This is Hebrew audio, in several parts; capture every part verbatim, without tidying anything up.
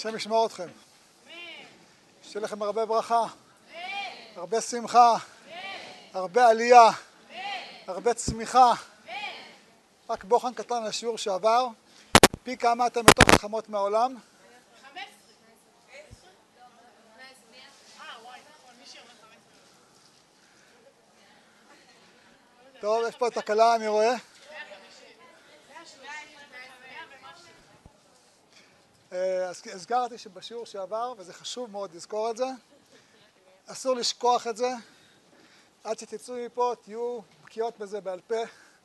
השם ישמור אתכם. שיהיה לכם הרבה ברכה, הרבה שמחה, הרבה עלייה, הרבה צמיחה. רק בוחן קטן על השיעור שעבר. פי כמה אתם יותר חכמות מהעולם? טוב, יש פה תקלה, אני רואה. אז הזכרתי שבשיעור שעבר, וזה חשוב מאוד לזכור את זה, אסור לשכוח את זה. עד שתצאו מפה, תהיו בקיאות בזה בעל פה.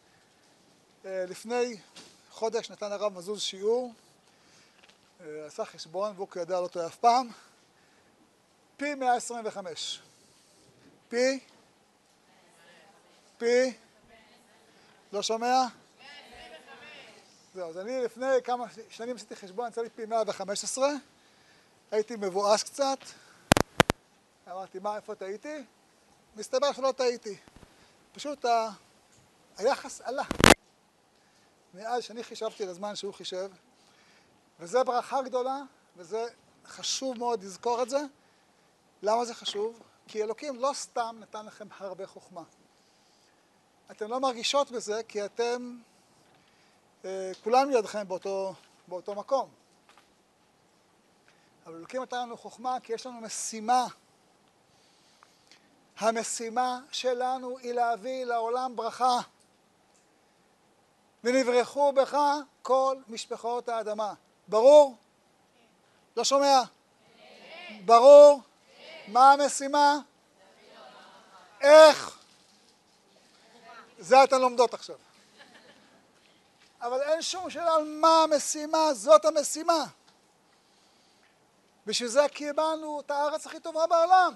לפני חודש נתן הרב מזוז שיעור, עשה חשבון, והוא כידע לא טועה אף פעם, פי מאה עשרים וחמש. פי? פי? לא שומע? זהו, אז אני לפני כמה שנים עשיתי חשבון, יצא לי פי מאה וחמש עשרה, הייתי מבואס קצת, אמרתי, מה, איפה טעיתי? מסתבר שלא טעיתי. פשוט ה... היחס עלה. מאז שאני חישבתי לזמן שהוא חישב, וזה ברכה גדולה, וזה חשוב מאוד לזכור את זה. למה זה חשוב? כי אלוקים לא סתם נתן לכם הרבה חוכמה. אתם לא מרגישות בזה כי אתם, אה, כולם ידכם באותו, באותו מקום. אבל אלוקים נתן לנו חוכמה כי יש לנו משימה. המשימה שלנו היא להביא לעולם ברכה. ונברכו בך כל משפחות האדמה. ברור? לא שומע? ברור? מה המשימה? איך? זה אתן לומדות עכשיו. אבל אין שום שאלה על מה המשימה, זאת המשימה. בשביל זה קיבלנו את הארץ הכי טובה בעולם.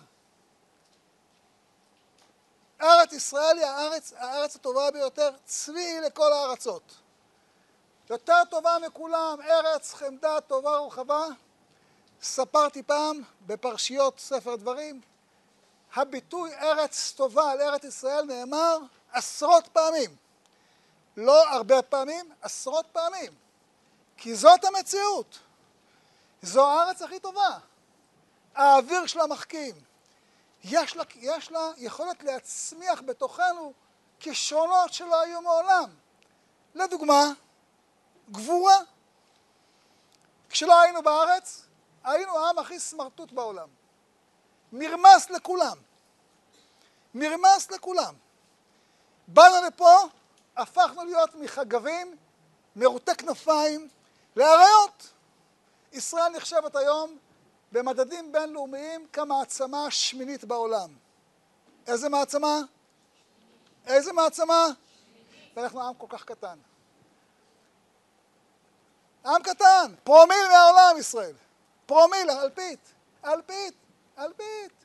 ארץ ישראל היא הארץ, הארץ הטובה ביותר, צבי לכל הארצות. יותר טובה מכולם, ארץ חמדה טובה ורחבה. ספרתי פעם בפרשיות ספר דברים, הביטוי ארץ טובה על ארץ ישראל נאמר עשרות פעמים. לא הרבה פעמים, עשרות פעמים. כי זאת המציאות. זו הארץ הכי טובה. האוויר שלה מחכים. יש לה, יש לה יכולת להצמיח בתוכנו כישרונות שלא היו מעולם. לדוגמה, גבורה. כשלא היינו בארץ, היינו העם הכי סמרטוט בעולם. מרמס לכולם. מרמס לכולם. באנו לפה, הפכנו להיות מחגבים, מרוטי כנפיים, לאריות. ישראל נחשבת היום במדדים בינלאומיים כמעצמה השמינית בעולם. איזה מעצמה? איזה מעצמה? ואנחנו עם כל כך קטן. עם קטן, פרומיל מהעולם ישראל. פרומיל, אלפית, אלפית, אלפית.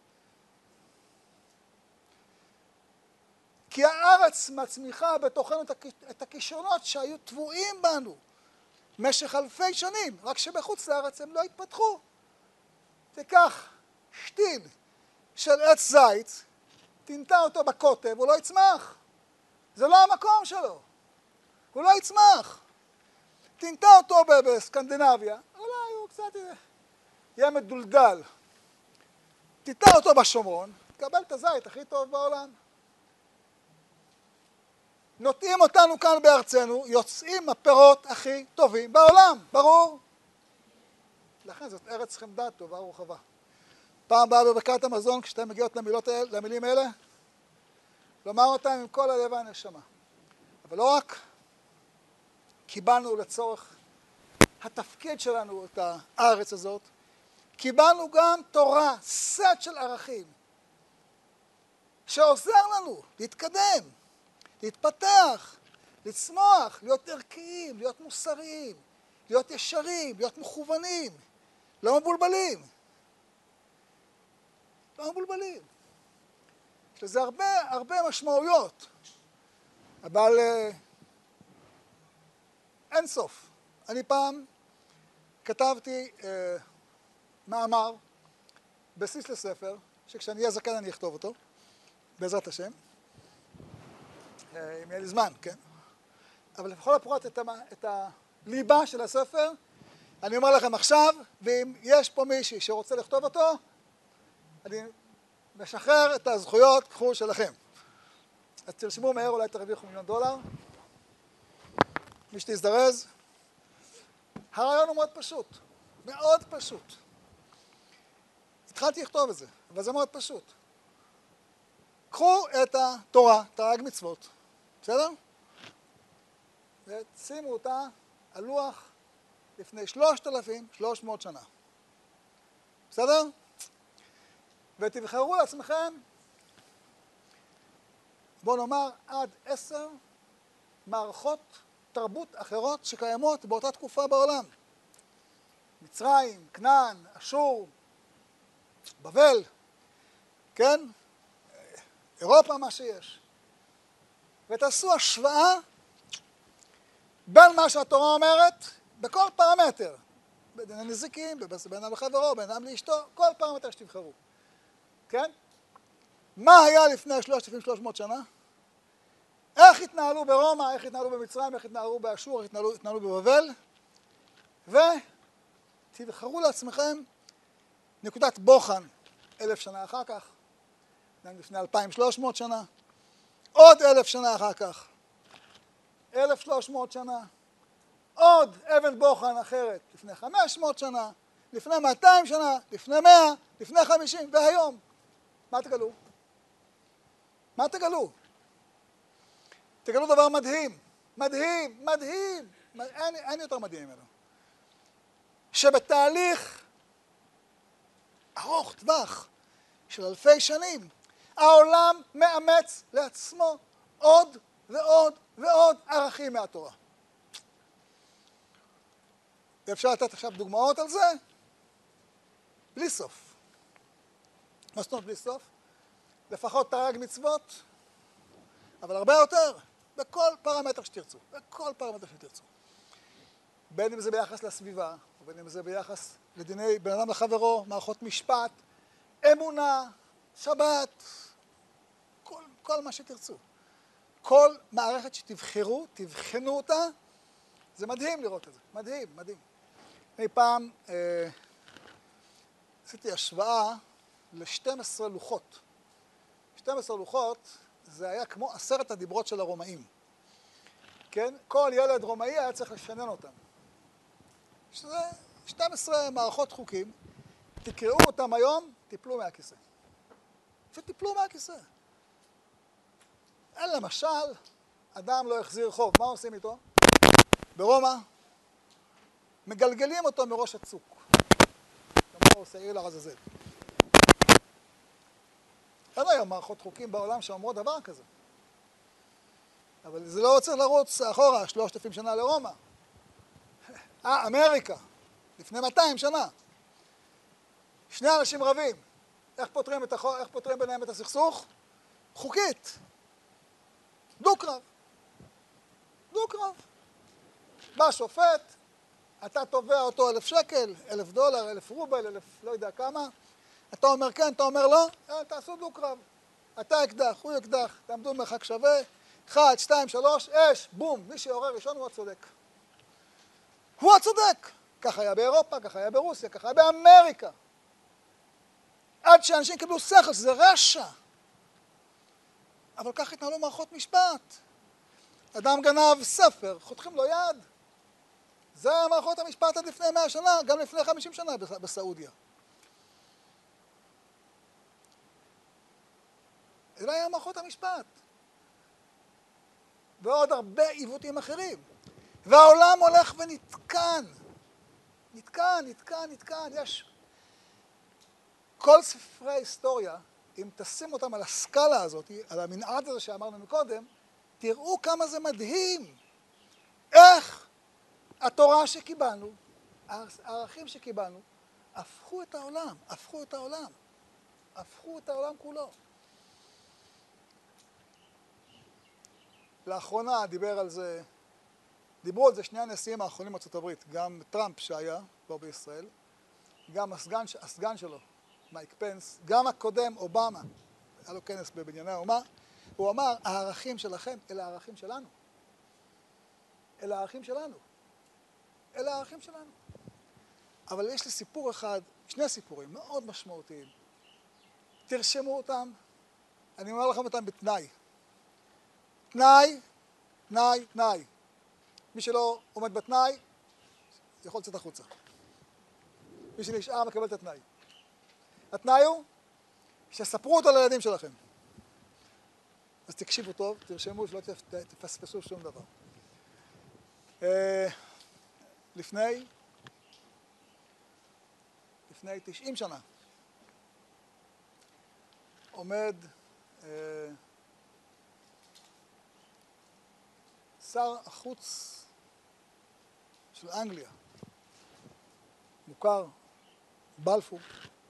כי הארץ מצמיחה בתוכנו את הכישרונות שהיו טבועים בנו במשך אלפי שנים, רק שבחוץ לארץ הם לא התפתחו. תיקח שתיל של עץ זית, תנטע אותו בקוטב, הוא לא יצמח. זה לא המקום שלו. הוא לא יצמח. תנטע אותו בסקנדינביה, אולי הוא קצת יהיה מדולדל. תנטע אותו בשומרון, תקבל את הזית הכי טוב בעולם. נוטעים אותנו כאן בארצנו, יוצאים הפירות הכי טובים בעולם, ברור? לכן זאת ארץ חמדה טובה ורחבה. פעם באה בברכת המזון, כשאתן מגיעות למילות, למילים האלה, לומר אותם עם כל הלב והנשמה. אבל לא רק קיבלנו לצורך התפקיד שלנו את הארץ הזאת, קיבלנו גם תורה, סט של ערכים, שעוזר לנו להתקדם, להתפתח, לצמוח, להיות ערכיים, להיות מוסריים, להיות ישרים, להיות מכוונים, לא מבולבלים. לא מבולבלים. יש לזה הרבה, הרבה משמעויות, אבל uh, אין סוף. אני פעם כתבתי uh, מאמר, בסיס לספר, שכשאני אהיה זקן אני אכתוב אותו, בעזרת השם. אם יהיה לי זמן, כן? אבל לכל הפרט את, את הליבה של הספר אני אומר לכם עכשיו, ואם יש פה מישהי שרוצה לכתוב אותו, אני משחרר את הזכויות, קחו שלכם. אז תרשמו מהר, אולי תרוויחו מיליון דולר. מי שתזדרז. הרעיון הוא מאוד פשוט, מאוד פשוט. התחלתי לכתוב את זה, אבל זה מאוד פשוט. קחו את התורה, תרי"ג מצוות, בסדר? ושימו אותה על לוח לפני שלושת אלפים ושלוש מאות שנה. בסדר? ותבחרו לעצמכם, בואו נאמר, עד עשר מערכות תרבות אחרות שקיימות באותה תקופה בעולם. מצרים, כנען, אשור, בבל, כן? אירופה, מה שיש. ותעשו השוואה בין מה שהתורה אומרת, בכל פרמטר. בין הנזיקים, בין אדם לחברו, בין אדם לאשתו, כל פרמטר שתבחרו. כן? מה היה לפני שלושת אלפים ושלוש מאות שנה? איך התנהלו ברומא, איך התנהלו במצרים, איך התנהלו באשור, איך התנהלו, התנהלו בבבל, ותבחרו לעצמכם נקודת בוחן אלף שנה אחר כך, לפני אלפיים ושלוש מאות שנה, עוד אלף שנה אחר כך, אלף ושלוש מאות שנה, עוד אבן בוחן אחרת לפני חמש מאות שנה, לפני מאתיים שנה, לפני מאה, לפני חמישים, והיום. מה תגלו? מה תגלו? תגלו דבר מדהים, מדהים, מדהים, אין, אין יותר מדהים ממנו. שבתהליך ארוך טווח של אלפי שנים, העולם מאמץ לעצמו עוד ועוד ועוד ערכים מהתורה. ואפשר לתת עכשיו דוגמאות על זה? בלי סוף. מה זאת אומרת בלי סוף? לפחות תרי"ג מצוות, אבל הרבה יותר, בכל פרמטר שתרצו, בכל פרמטר שתרצו. בין אם זה ביחס לסביבה, ובין אם זה ביחס לדיני בן אדם לחברו, מערכות משפט, אמונה, שבת, כל, כל מה שתרצו. כל מערכת שתבחרו, תבחנו אותה, זה מדהים לראות את זה, מדהים, מדהים. אני פעם אה, עשיתי השוואה ל-שתים עשרה לוחות. שתים עשרה לוחות זה היה כמו עשרת הדיברות של הרומאים. כן? כל ילד רומאי היה צריך לשנן אותם. שזה שתים עשרה מערכות חוקים, תקראו אותם היום, תיפלו מהכיסא. שתיפלו מהכיסא. אין למשל, אדם לא החזיר חוב, מה עושים איתו? ברומא, מגלגלים אותו מראש הצוק. כמו שעיר לעזאזל. אין היום מערכות חוקים בעולם שאומרות דבר כזה. אבל זה לא צריך לרוץ אחורה, שלושת אלפים שנה לרומא. אה, אמריקה, לפני מאתיים שנה. שני אנשים רבים. איך פותרים, את החו... איך פותרים ביניהם את הסכסוך? חוקית. דו-קרב. דו-קרב. בא שופט, אתה תובע אותו אלף שקל, אלף דולר, אלף רובל, אלף לא יודע כמה. אתה אומר כן, אתה אומר לא, תעשו דו-קרב. אתה אקדח, הוא אקדח, תעמדו מרחק שווה, אחד, שתיים, שלוש, אש, בום. מי שיורה ראשון הוא הצודק. הוא הצודק. כך היה באירופה, כך היה ברוסיה, כך היה באמריקה. עד שאנשים קיבלו שכל, שזה רשע. אבל כך התנהלו מערכות משפט. אדם גנב ספר, חותכים לו יד. זה היה מערכות המשפט עד לפני מאה שנה, גם לפני חמישים שנה בסעודיה. זה היה מערכות המשפט. ועוד הרבה עיוותים אחרים. והעולם הולך ונתקן. נתקן, נתקן, נתקן. יש כל ספרי ההיסטוריה, אם תשים אותם על הסקאלה הזאת, על המנעד הזה שאמרנו מקודם, תראו כמה זה מדהים. איך התורה שקיבלנו, הערכים שקיבלנו, הפכו את העולם, הפכו את העולם. הפכו את העולם כולו. לאחרונה דיבר על זה, דיברו על זה שני הנשיאים האחרונים בארצות הברית, גם טראמפ שהיה פה בישראל, גם הסגן, הסגן שלו, מייק פנס, גם הקודם, אובמה, היה לו כנס בבנייני האומה, הוא אמר, הערכים שלכם אלה הערכים שלנו. אלה הערכים שלנו. אלה הערכים שלנו. אבל יש לי סיפור אחד, שני סיפורים מאוד משמעותיים. תרשמו אותם, אני אומר לכם אותם בתנאי. תנאי, תנאי, תנאי. מי שלא עומד בתנאי, יכול לצאת החוצה. מי שנשאר מקבל את התנאי. התנאי הוא שספרו אותו לילדים שלכם. אז תקשיבו טוב, תרשמו שלא תפספסו שום דבר. לפני, לפני תשעים שנה, עומד שר החוץ של אנגליה, מוכר, בלפור,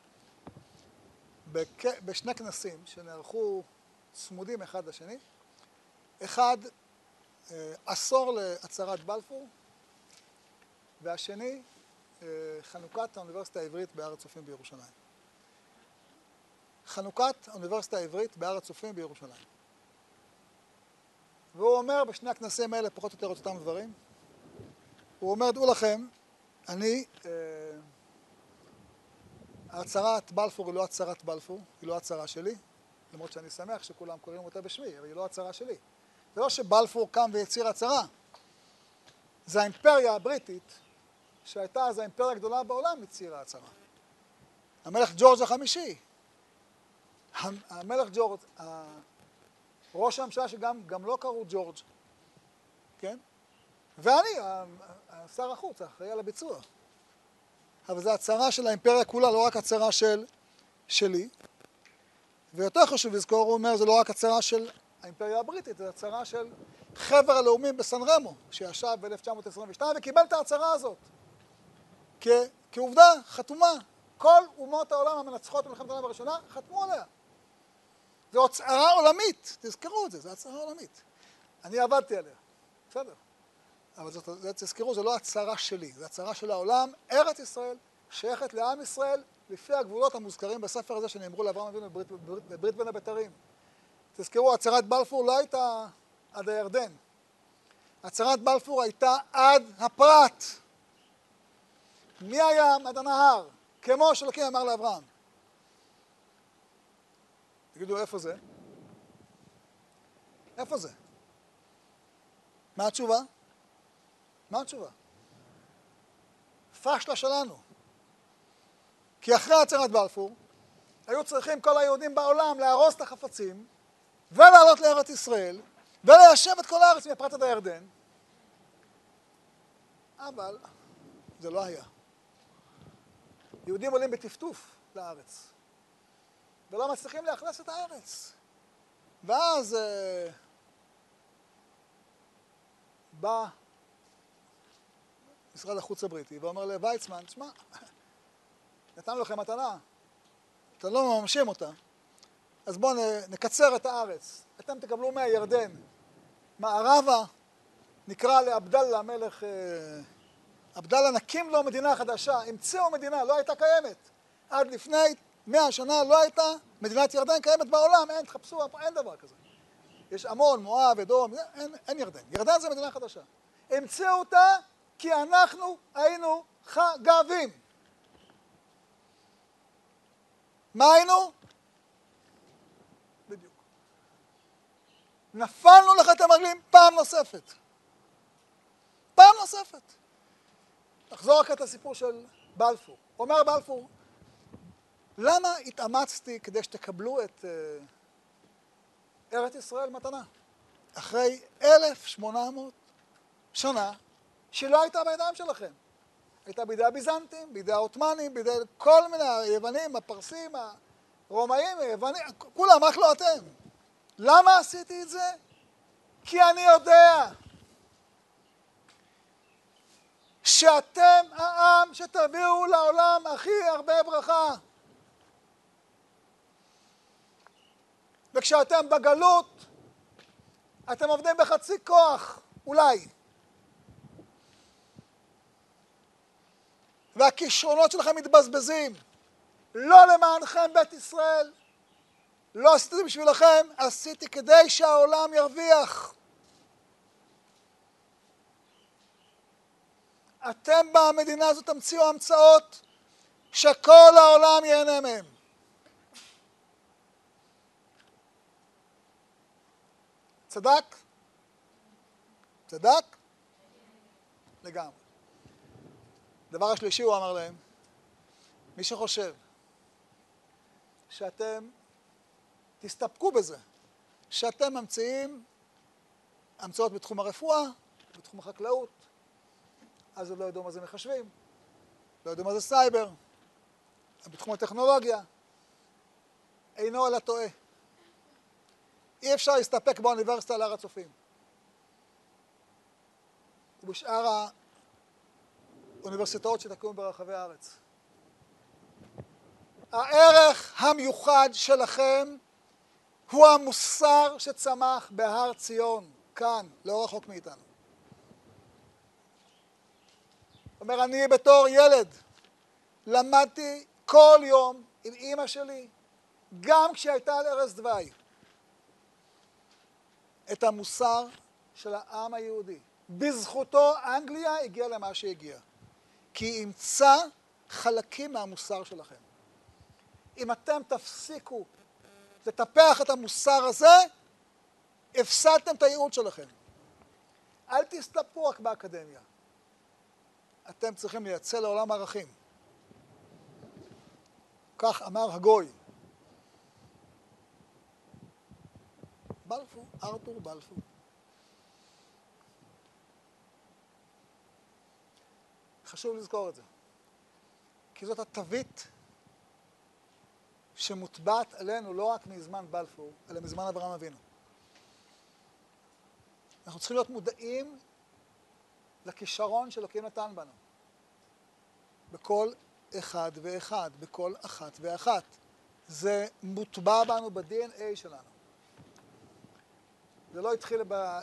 בשני כנסים שנערכו צמודים אחד לשני. אחד, עשור להצהרת בלפור, והשני, חנוכת האוניברסיטה העברית בהר הצופים בירושלים. חנוכת האוניברסיטה העברית בהר הצופים בירושלים. והוא אומר בשני הכנסים האלה פחות או יותר את אותם דברים. הוא אומר, דעו לכם, אני, הצהרת בלפור היא לא הצהרת בלפור, היא לא הצהרה שלי, למרות שאני שמח שכולם קוראים אותה בשמי, אבל היא לא הצהרה שלי. זה לא שבלפור קם ויציר הצהרה. זה האימפריה הבריטית, שהייתה אז האימפריה הגדולה בעולם, הצירה הצהרה. המלך ג'ורג' החמישי, המלך ג'ורג', ראש הממשלה שגם גם לא קראו ג'ורג', כן? ואני, שר החוץ, האחראי על הביצוע. אבל זו הצהרה של האימפריה כולה, לא רק הצהרה של, שלי. ויותר חשוב לזכור, הוא אומר, זה לא רק הצהרה של האימפריה הבריטית, זה הצהרה של חבר הלאומים בסן רמו, שישב ב-אלף תשע מאות עשרים ושתיים וקיבל את ההצהרה הזאת. כ- כעובדה, חתומה. כל אומות העולם המנצחות במלחמת העולם הראשונה חתמו עליה. זו הצהרה עולמית, תזכרו את זה, זו הצהרה עולמית. אני עבדתי עליה, בסדר. אבל זאת, זה, תזכרו, זו לא הצהרה שלי, זו הצהרה של העולם. ארץ ישראל שייכת לעם ישראל לפי הגבולות המוזכרים בספר הזה שנאמרו לאברהם אבינו בברית, בברית, בברית בין הבתרים. תזכרו, הצהרת בלפור לא הייתה עד הירדן. הצהרת בלפור הייתה עד הפרת. מהים עד הנהר, כמו שאלוקים אמר לאברהם. תגידו, איפה זה? איפה זה? מה התשובה? מה התשובה? פשלה שלנו. כי אחרי הצהרת בלפור, היו צריכים כל היהודים בעולם להרוס את החפצים, ולעלות לארץ ישראל, וליישב את כל הארץ מפרת עד הירדן. אבל זה לא היה. יהודים עולים בטפטוף לארץ, ולא מצליחים לאכלס את הארץ. ואז אה, בא משרד החוץ הבריטי ואומר לויצמן, תשמע, נתנו לכם מתנה, אתם לא מממשים אותה, אז בואו נקצר את הארץ. אתם תקבלו מהירדן מערבה, נקרא לעבדאללה מלך, עבדאללה נקים לו מדינה חדשה, המציאו מדינה, לא הייתה קיימת. עד לפני מאה שנה לא הייתה מדינת ירדן קיימת בעולם, אין, תחפשו, אין דבר כזה. יש עמון, מואב, אדום, אין, אין ירדן. ירדן זה מדינה חדשה. המציאו אותה כי אנחנו היינו חגבים. מה היינו? בדיוק. נפלנו לחטא המרגלים פעם נוספת. פעם נוספת. נחזור רק את הסיפור של בלפור. אומר בלפור, למה התאמצתי כדי שתקבלו את uh, ארץ ישראל מתנה? אחרי אלף שמונה מאות שנה שלא הייתה בידיים שלכם. הייתה בידי הביזנטים, בידי העות'מאנים, בידי כל מיני היוונים, הפרסים, הרומאים, היוונים, כולם, רק לא אתם. למה עשיתי את זה? כי אני יודע שאתם העם שתביאו לעולם הכי הרבה ברכה. וכשאתם בגלות, אתם עובדים בחצי כוח, אולי. והכישרונות שלכם מתבזבזים. לא למענכם בית ישראל. לא עשיתי את זה בשבילכם, עשיתי כדי שהעולם ירוויח. אתם במדינה הזאת תמציאו המצאות שכל העולם ייהנה מהם. צדק? צדק? לגמרי. דבר השלישי הוא אמר להם, מי שחושב שאתם תסתפקו בזה, שאתם ממציאים המצאות בתחום הרפואה, בתחום החקלאות, אז עוד לא ידעו מה זה מחשבים, לא ידעו מה זה סייבר, בתחום הטכנולוגיה, אינו אלא טועה. אי אפשר להסתפק באוניברסיטה להר הצופים. ובשאר האוניברסיטאות שתקום ברחבי הארץ. הערך המיוחד שלכם הוא המוסר שצמח בהר ציון, כאן, לא רחוק מאיתנו. אומר, אני בתור ילד למדתי כל יום עם אמא שלי, גם כשהייתה על ערש דווי, את המוסר של העם היהודי. בזכותו אנגליה הגיעה למה שהגיעה. כי היא אימצה חלקים מהמוסר שלכם. אם אתם תפסיקו לטפח את המוסר הזה, הפסדתם את הייעוד שלכם. אל תסתפקו רק באקדמיה. אתם צריכים לייצא לעולם ערכים. כך אמר הגוי. בלפור, ארתור בלפור. חשוב לזכור את זה. כי זאת התווית שמוטבעת עלינו לא רק מזמן בלפור, אלא מזמן אברהם אבינו. אנחנו צריכים להיות מודעים לכישרון שאלוקים נתן בנו. בכל אחד ואחד, בכל אחת ואחת. זה מוטבע בנו ב-די אן איי שלנו. זה לא התחיל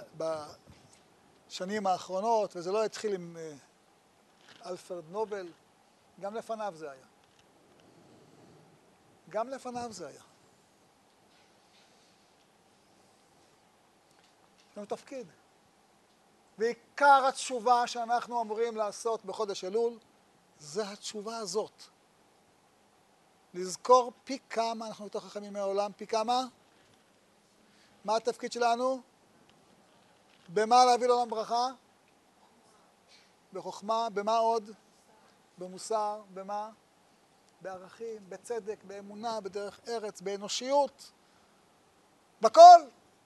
בשנים האחרונות, וזה לא התחיל עם אלפרד נובל, גם לפניו זה היה. גם לפניו זה היה. יש לנו תפקיד. ועיקר התשובה שאנחנו אמורים לעשות בחודש אלול, זה התשובה הזאת. לזכור פי כמה אנחנו יותר חכמים מהעולם, פי כמה? מה התפקיד שלנו? במה להביא לעולם ברכה? בחוכמה, במה עוד? במוסר, במה? בערכים, בצדק, באמונה, בדרך ארץ, באנושיות. בכל.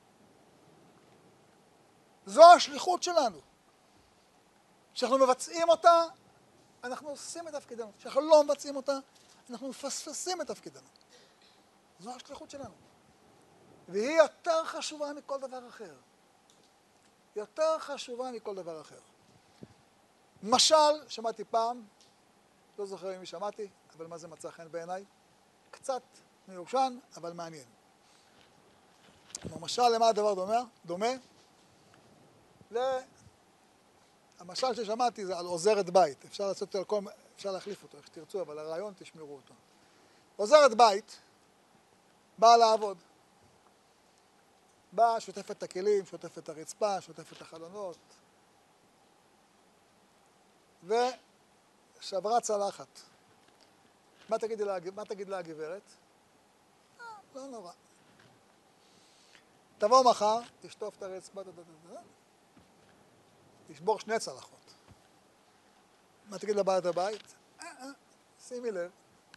זו השליחות שלנו. כשאנחנו מבצעים אותה, אנחנו עושים את תפקידנו. כשאנחנו לא מבצעים אותה, אנחנו מפספסים את תפקידנו. זו השליחות שלנו. והיא יותר חשובה מכל דבר אחר. יותר חשובה מכל דבר אחר. משל, שמעתי פעם, לא זוכר אם מי שמעתי, אבל מה זה מצא חן בעיניי? קצת מיושן, אבל מעניין. למשל, למה הדבר דומה? דומה? המשל ששמעתי זה על עוזרת בית. אפשר לעשות אותו על כל... אפשר להחליף אותו, איך שתרצו, אבל הרעיון תשמרו אותו. עוזרת בית באה לעבוד. באה, שוטפת את הכלים, שוטפת את הרצפה, שוטפת את החלונות. ושברה צלחת. מה תגיד לה, מה תגיד לה הגברת? אה, לא נורא. תבוא מחר, תשטוף את הרצפה, תשבור שני צלחות. מה תגיד לבעלת הבית? אה, אה, שימי לב.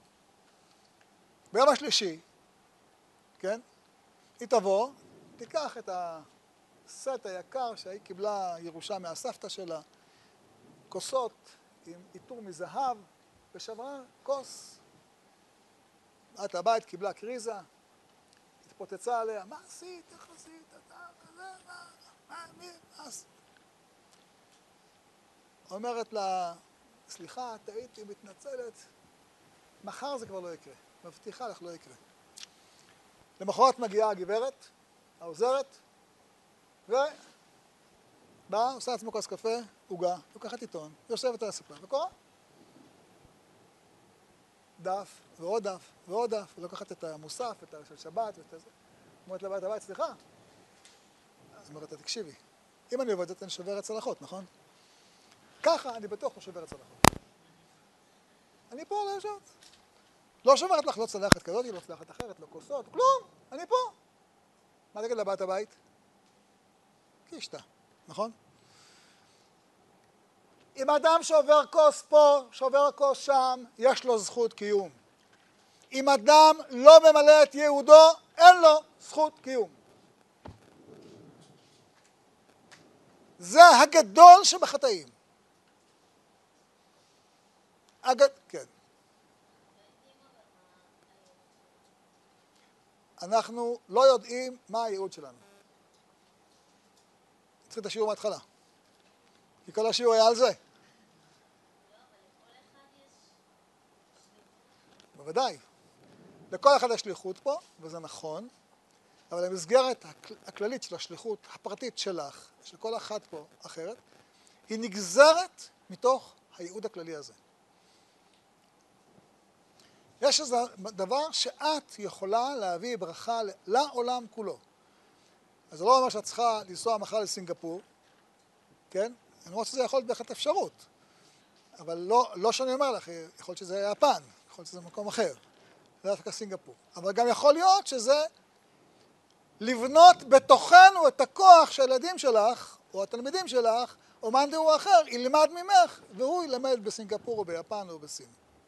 ביום השלישי, כן? היא תבוא, תיקח את הסט היקר שהיא קיבלה ירושה מהסבתא שלה, כוסות עם עיטור מזהב, ושברה כוס. בעלת הבית קיבלה קריזה, התפוצצה עליה, מה עשית? איך עשית? אתה כזה, מה? מה? מי? מה עשית? אומרת לה, סליחה, טעיתי, מתנצלת, מחר זה כבר לא יקרה, מבטיחה לך לא יקרה. למחרת מגיעה הגברת, העוזרת, ובאה, עושה עצמו כוס קפה, עוגה, לוקחת עיתון, יושבת על הספה, וקורא. דף, ועוד דף, ועוד דף, ולוקחת את המוסף, את של שבת ואת זה. אומרת לבית הבית, סליחה. אז אומרת, תקשיבי, אם אני עובדת, אני שוברת צלחות, נכון? ככה אני בטוח לא שוברת צלחות. אני פה לא יושבת. לא שוברת לך לא צלחת כזאת, לא צלחת אחרת, לא כוסות, כלום, אני פה. מה תגיד לבת הבית? קישתה, נכון? אם אדם שעובר כוס פה, שעובר כוס שם, יש לו זכות קיום. אם אדם לא ממלא את יהודו, אין לו זכות קיום. זה הגדול שבחטאים. הגד... כן. אנחנו לא יודעים מה הייעוד שלנו. נתחיל את השיעור מההתחלה. כי כל השיעור היה על זה. בוודאי. לכל אחד יש שליחות פה, וזה נכון, אבל המסגרת הכללית של השליחות הפרטית שלך, של כל אחד פה אחרת, היא נגזרת מתוך הייעוד הכללי הזה. יש איזה דבר שאת יכולה להביא ברכה לעולם כולו. אז זה לא אומר שאת צריכה לנסוע מחר לסינגפור, כן? אני רואה שזה יכול להיות בהחלט אפשרות. אבל לא, לא שאני אומר לך, יכול להיות שזה יפן, יכול להיות שזה מקום אחר. זה דווקא סינגפור. אבל גם יכול להיות שזה לבנות בתוכנו את הכוח שהילדים שלך, או התלמידים שלך, או מאן דהוא אחר, ילמד ממך, והוא ילמד בסינגפור או ביפן או בסין.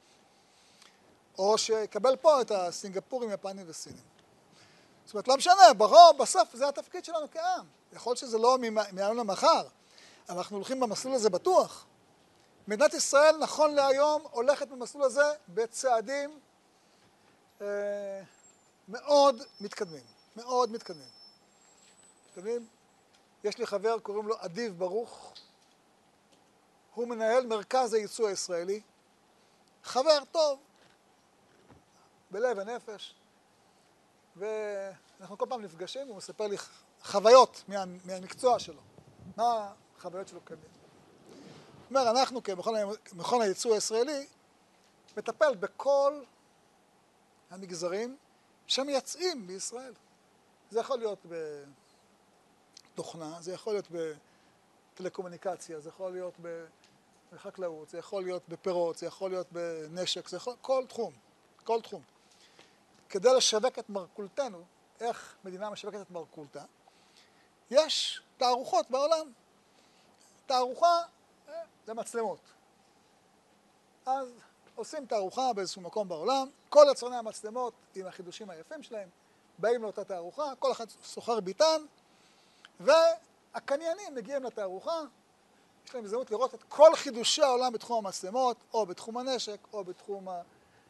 או שיקבל פה את הסינגפורים, יפנים וסינים. זאת אומרת, לא משנה, ברוב, בסוף, זה התפקיד שלנו כעם. יכול להיות שזה לא מהיום למחר, אבל אנחנו הולכים במסלול הזה בטוח. מדינת ישראל, נכון להיום, הולכת במסלול הזה בצעדים אה, מאוד מתקדמים. מאוד מתקדמים. מתקדמים? יש לי חבר, קוראים לו אדיב ברוך. הוא מנהל מרכז הייצוא הישראלי. חבר טוב. בלב הנפש, ואנחנו כל פעם נפגשים, הוא מספר לי חוויות מה, מהמקצוע שלו, מה החוויות שלו כדי. זאת אומרת, אנחנו כמכון הייצוא הישראלי, מטפל בכל המגזרים שמייצאים בישראל. זה יכול להיות בתוכנה, זה יכול להיות בטלקומוניקציה, זה יכול להיות בחקלאות, זה יכול להיות בפירות, זה יכול להיות בנשק, זה יכול, כל תחום, כל תחום. כדי לשווק את מרכולתנו, איך מדינה משווקת את מרכולתה, יש תערוכות בעולם. תערוכה זה מצלמות. אז עושים תערוכה באיזשהו מקום בעולם, כל יצרני המצלמות עם החידושים היפים שלהם, באים לאותה תערוכה, כל אחד סוחר ביטן, והקניינים מגיעים לתערוכה, יש להם הזדמנות לראות את כל חידושי העולם בתחום המצלמות, או בתחום הנשק, או בתחום ה...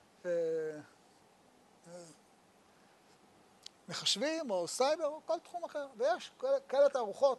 מחשבים או סייבר או כל תחום אחר, ויש כאלה, כאלה תערוכות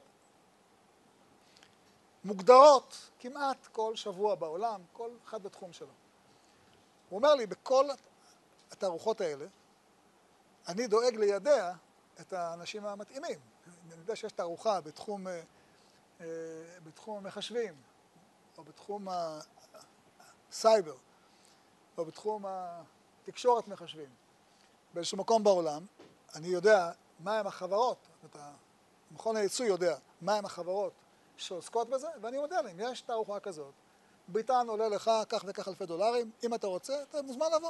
מוגדרות כמעט כל שבוע בעולם, כל אחד בתחום שלו. הוא אומר לי, בכל התערוכות האלה, אני דואג לידע את האנשים המתאימים. אני יודע שיש תערוכה בתחום, בתחום המחשבים, או בתחום הסייבר, או בתחום התקשורת מחשבים. באיזשהו מקום בעולם, אני יודע מהם החברות, מכון הייצוא יודע מהם החברות שעוסקות בזה, ואני יודע להם, יש תערוכה כזאת, ביטן עולה לך כך וכך אלפי דולרים, אם אתה רוצה, אתה מוזמן לבוא.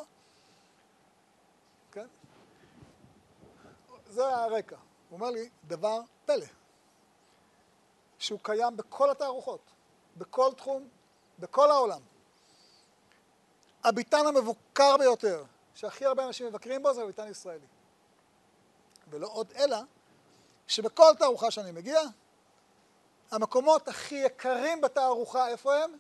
כן? זה הרקע. הוא אומר לי, דבר פלא, שהוא קיים בכל התערוכות, בכל תחום, בכל העולם. הביטן המבוקר ביותר, שהכי הרבה אנשים מבקרים בו, זה הביטן ישראלי. ולא עוד אלא, שבכל תערוכה שאני מגיע, המקומות הכי יקרים בתערוכה, איפה הם?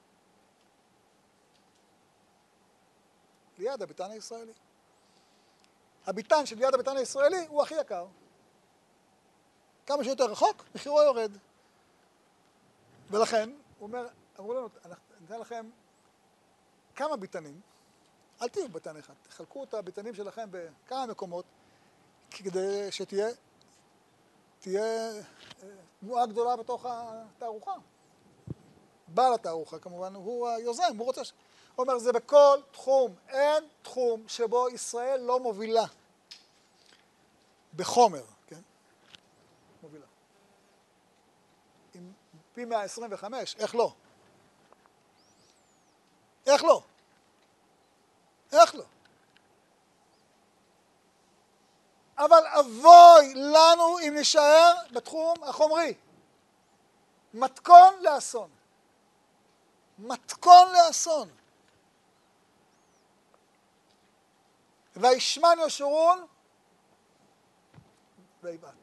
ליד הביטן הישראלי. הביטן של ליד הביטן הישראלי הוא הכי יקר. כמה שיותר רחוק, מחירו יורד. ולכן, הוא אומר, אמרו לנו, ניתן לכם כמה ביטנים, אל תהיו ביטן אחד, תחלקו את הביטנים שלכם בכמה מקומות, כדי שתהיה תהיה תנועה גדולה בתוך התערוכה. בעל התערוכה, כמובן, הוא היוזם, הוא רוצה ש... הוא אומר, זה בכל תחום, אין תחום שבו ישראל לא מובילה. בחומר, כן? מובילה. עם פי מאה עשרים וחמש, איך לא? איך לא? איך לא? אבל אבוי לנו אם נשאר בתחום החומרי. מתכון לאסון. מתכון לאסון. וישמן ישורון ויבעט.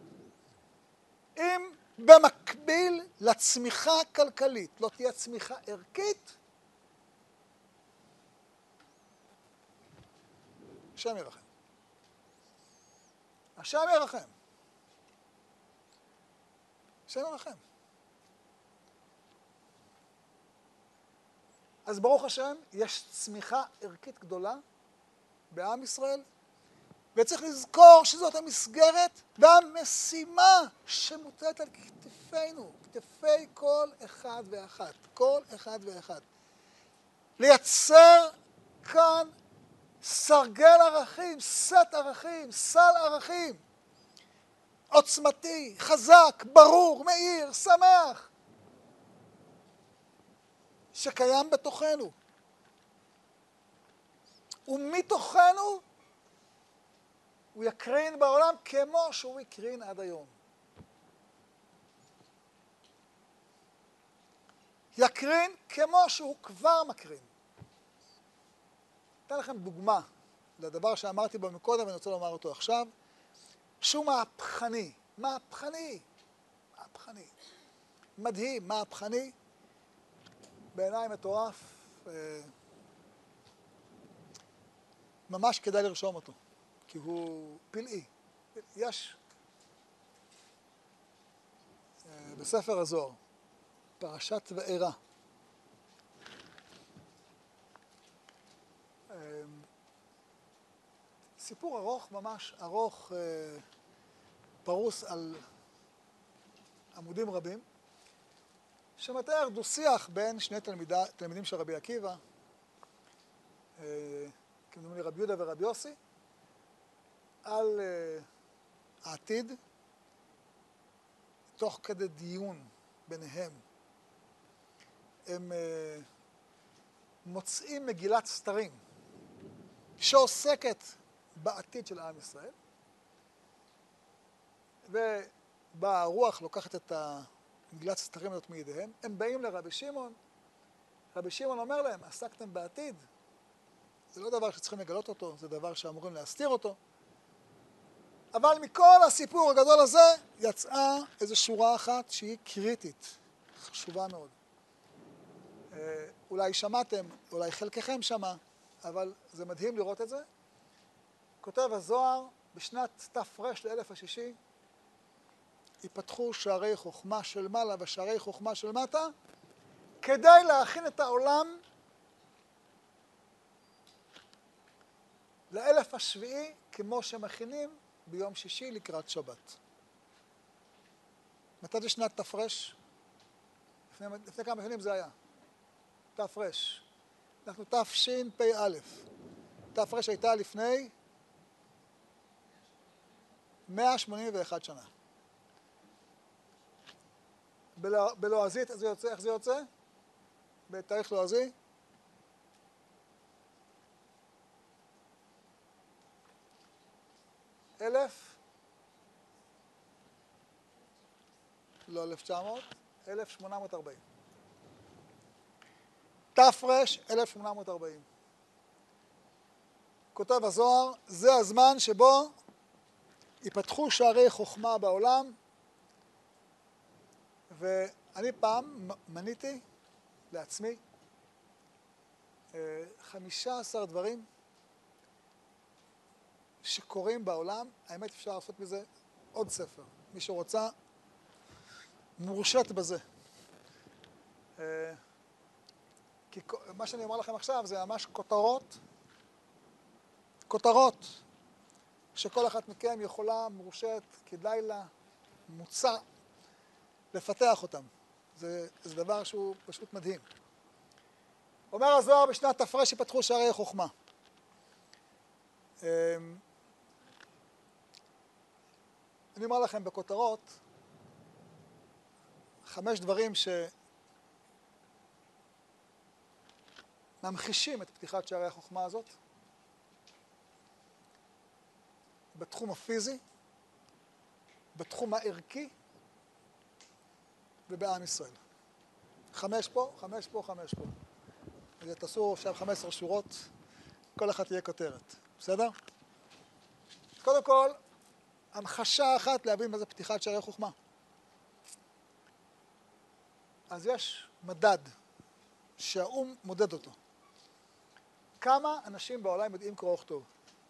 אם במקביל לצמיחה הכלכלית לא תהיה צמיחה ערכית, השם ירחם. השם ירחם. השם ירחם. אז ברוך השם, יש צמיחה ערכית גדולה בעם ישראל, וצריך לזכור שזאת המסגרת והמשימה שמוטלת על כתפינו, כתפי כל אחד ואחת, כל אחד ואחד. לייצר כאן סרגל ערכים, סט ערכים, סל ערכים, עוצמתי, חזק, ברור, מאיר, שמח, שקיים בתוכנו. ומתוכנו הוא יקרין בעולם כמו שהוא יקרין עד היום. יקרין כמו שהוא כבר מקרין. אתן לכם דוגמה לדבר שאמרתי בו מקודם ואני רוצה לומר אותו עכשיו, שהוא מהפכני, מהפכני, מהפכני, מדהים, מהפכני, בעיניי מטורף, ממש כדאי לרשום אותו, כי הוא פלאי. יש בספר הזוהר, פרשת וארא, סיפור ארוך, ממש ארוך, פרוס על עמודים רבים, שמתאר דו-שיח בין שני תלמידה, תלמידים של רבי עקיבא, כמדומה לי רבי יהודה ורבי יוסי, על העתיד, תוך כדי דיון ביניהם. הם מוצאים מגילת סתרים, שעוסקת בעתיד של עם ישראל, ובאה הרוח לוקחת את מגילת הסתרים הזאת מידיהם. הם באים לרבי שמעון, רבי שמעון אומר להם, עסקתם בעתיד, זה לא דבר שצריכים לגלות אותו, זה דבר שאמורים להסתיר אותו. אבל מכל הסיפור הגדול הזה יצאה איזו שורה אחת שהיא קריטית, חשובה מאוד. אולי שמעתם, אולי חלקכם שמע, אבל זה מדהים לראות את זה. כותב הזוהר, בשנת תר"ש לאלף השישי, ייפתחו שערי חוכמה של מעלה ושערי חוכמה של מטה, כדי להכין את העולם לאלף השביעי, כמו שמכינים ביום שישי לקראת שבת. מתי זה שנת תר"ש? לפני, לפני כמה שנים זה היה. תר"ש. אנחנו תשפ"א. תר"ש הייתה לפני מאה שמונים ואחת שנה. בלוע, בלועזית, איך זה יוצא? איך זה יוצא? בתאריך לועזי? אלף? לא אלף תשע מאות, אלף שמונה מאות וארבעים. תר"ש אלף שמונה מאות וארבעים. כותב הזוהר, זה הזמן שבו ייפתחו שערי חוכמה בעולם, ואני פעם מניתי לעצמי חמישה עשר דברים שקורים בעולם. האמת אפשר לעשות מזה עוד ספר. מי שרוצה מורשת בזה. כי מה שאני אומר לכם עכשיו זה ממש כותרות, כותרות שכל אחת מכם יכולה, מורשת, כדאי לה, מוצע, לפתח אותם. זה, זה דבר שהוא פשוט מדהים. אומר הזוהר, בשנת תר"ש ייפתחו שערי חוכמה. אני אומר לכם בכותרות, חמש דברים ש... ממחישים את פתיחת שערי החוכמה הזאת בתחום הפיזי, בתחום הערכי ובעם ישראל. חמש פה, חמש פה, חמש פה. אז תעשו עכשיו חמש עשרה שורות, כל אחת תהיה כותרת. בסדר? קודם כל, המחשה אחת להבין מה זה פתיחת שערי חוכמה. אז יש מדד שהאום מודד אותו. כמה אנשים בעולם יודעים קרוא וכתוב?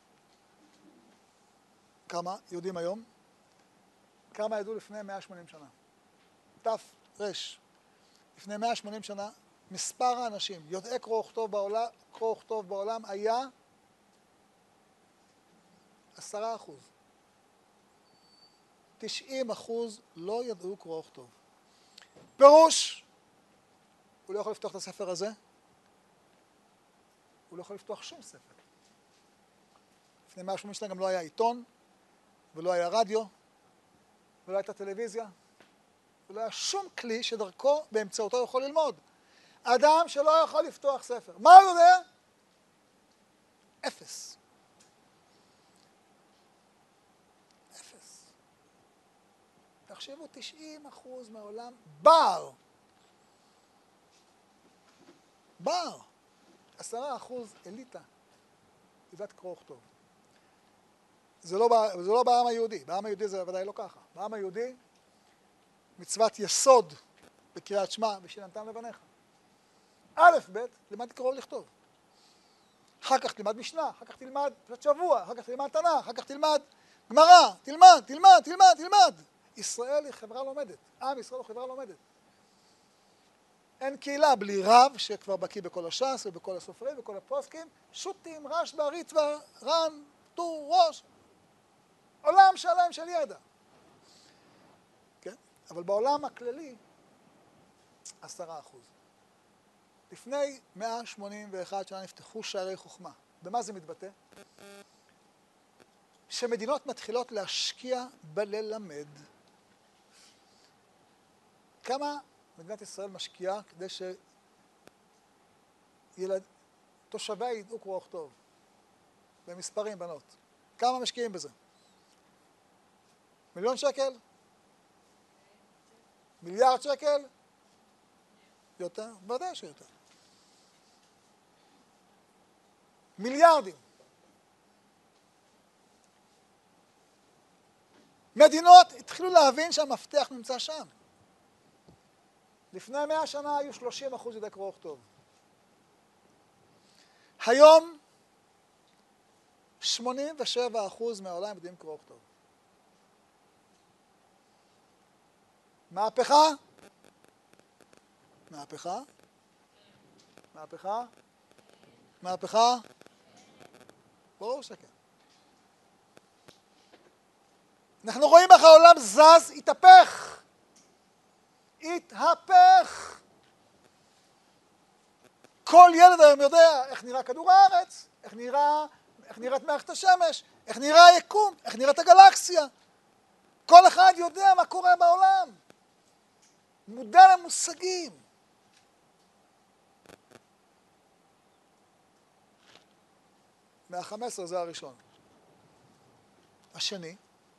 כמה יודעים היום? כמה ידעו לפני מאה ושמונים שנה? תף, רש. לפני מאה ושמונים שנה, מספר האנשים יודעי קרוא וכתוב בעולם, קרוא וכתוב בעולם היה עשרה אחוז. תשעים אחוז לא ידעו קרוא וכתוב. פירוש, הוא לא יכול לפתוח את הספר הזה, הוא לא יכול לפתוח שום ספר. לפני מאה ושמונים שנה גם לא היה עיתון, ולא היה רדיו, ולא הייתה טלוויזיה, ולא היה שום כלי שדרכו באמצעותו יכול ללמוד. אדם שלא יכול לפתוח ספר. מה הוא יודע? אפס. אפס. תחשבו, תשעים אחוז מהעולם בר. בר. עשרה אחוז אליטה. יודעת קרוא וכתוב. זה לא, זה לא בעם היהודי. בעם היהודי זה בוודאי לא ככה. בעם היהודי, מצוות יסוד בקריאת שמע, ושיננתם לבניך. א' ב', תלמד לקרוא ולכתוב. אחר כך תלמד משנה, אחר כך תלמד פרשת שבוע, אחר כך תלמד תנ"ך, אחר כך תלמד גמרא, תלמד, תלמד, תלמד, תלמד. ישראל היא חברה לומדת. עם ישראל הוא חברה לומדת. אין קהילה בלי רב שכבר בקיא בכל הש"ס ובכל הסופרים ובכל הפוסקים, שו"תים, רשב"א, ריטב"א, ר"ן, טור, ראש. עולם שלם של ידע. כן? אבל בעולם הכללי, עשרה אחוז. לפני מאה שמונים ואחת שנה נפתחו שערי חוכמה. במה זה מתבטא? שמדינות מתחילות להשקיע בללמד. כמה מדינת ישראל משקיעה כדי שתושביה ידעו קרוא וכתוב? במספרים, בנות. כמה משקיעים בזה? מיליון שקל? מיליארד שקל? יותר? בוודאי שיותר. מיליארדים. מדינות התחילו להבין שהמפתח נמצא שם. לפני מאה שנה היו שלושים אחוז יודעי קרוא וכתוב. היום שמונים ושבעה אחוז מהעולם יודעים קרוא וכתוב. מהפכה? מהפכה? מהפכה? מהפכה? ברור שכן. אנחנו רואים איך העולם זז, התהפך. התהפך. כל ילד היום יודע איך נראה כדור הארץ, איך נראה, איך נראית מערכת השמש, איך נראה היקום, איך נראית הגלקסיה. כל אחד יודע מה קורה בעולם. מודע למושגים. מה-חמש עשרה זה הראשון. השני,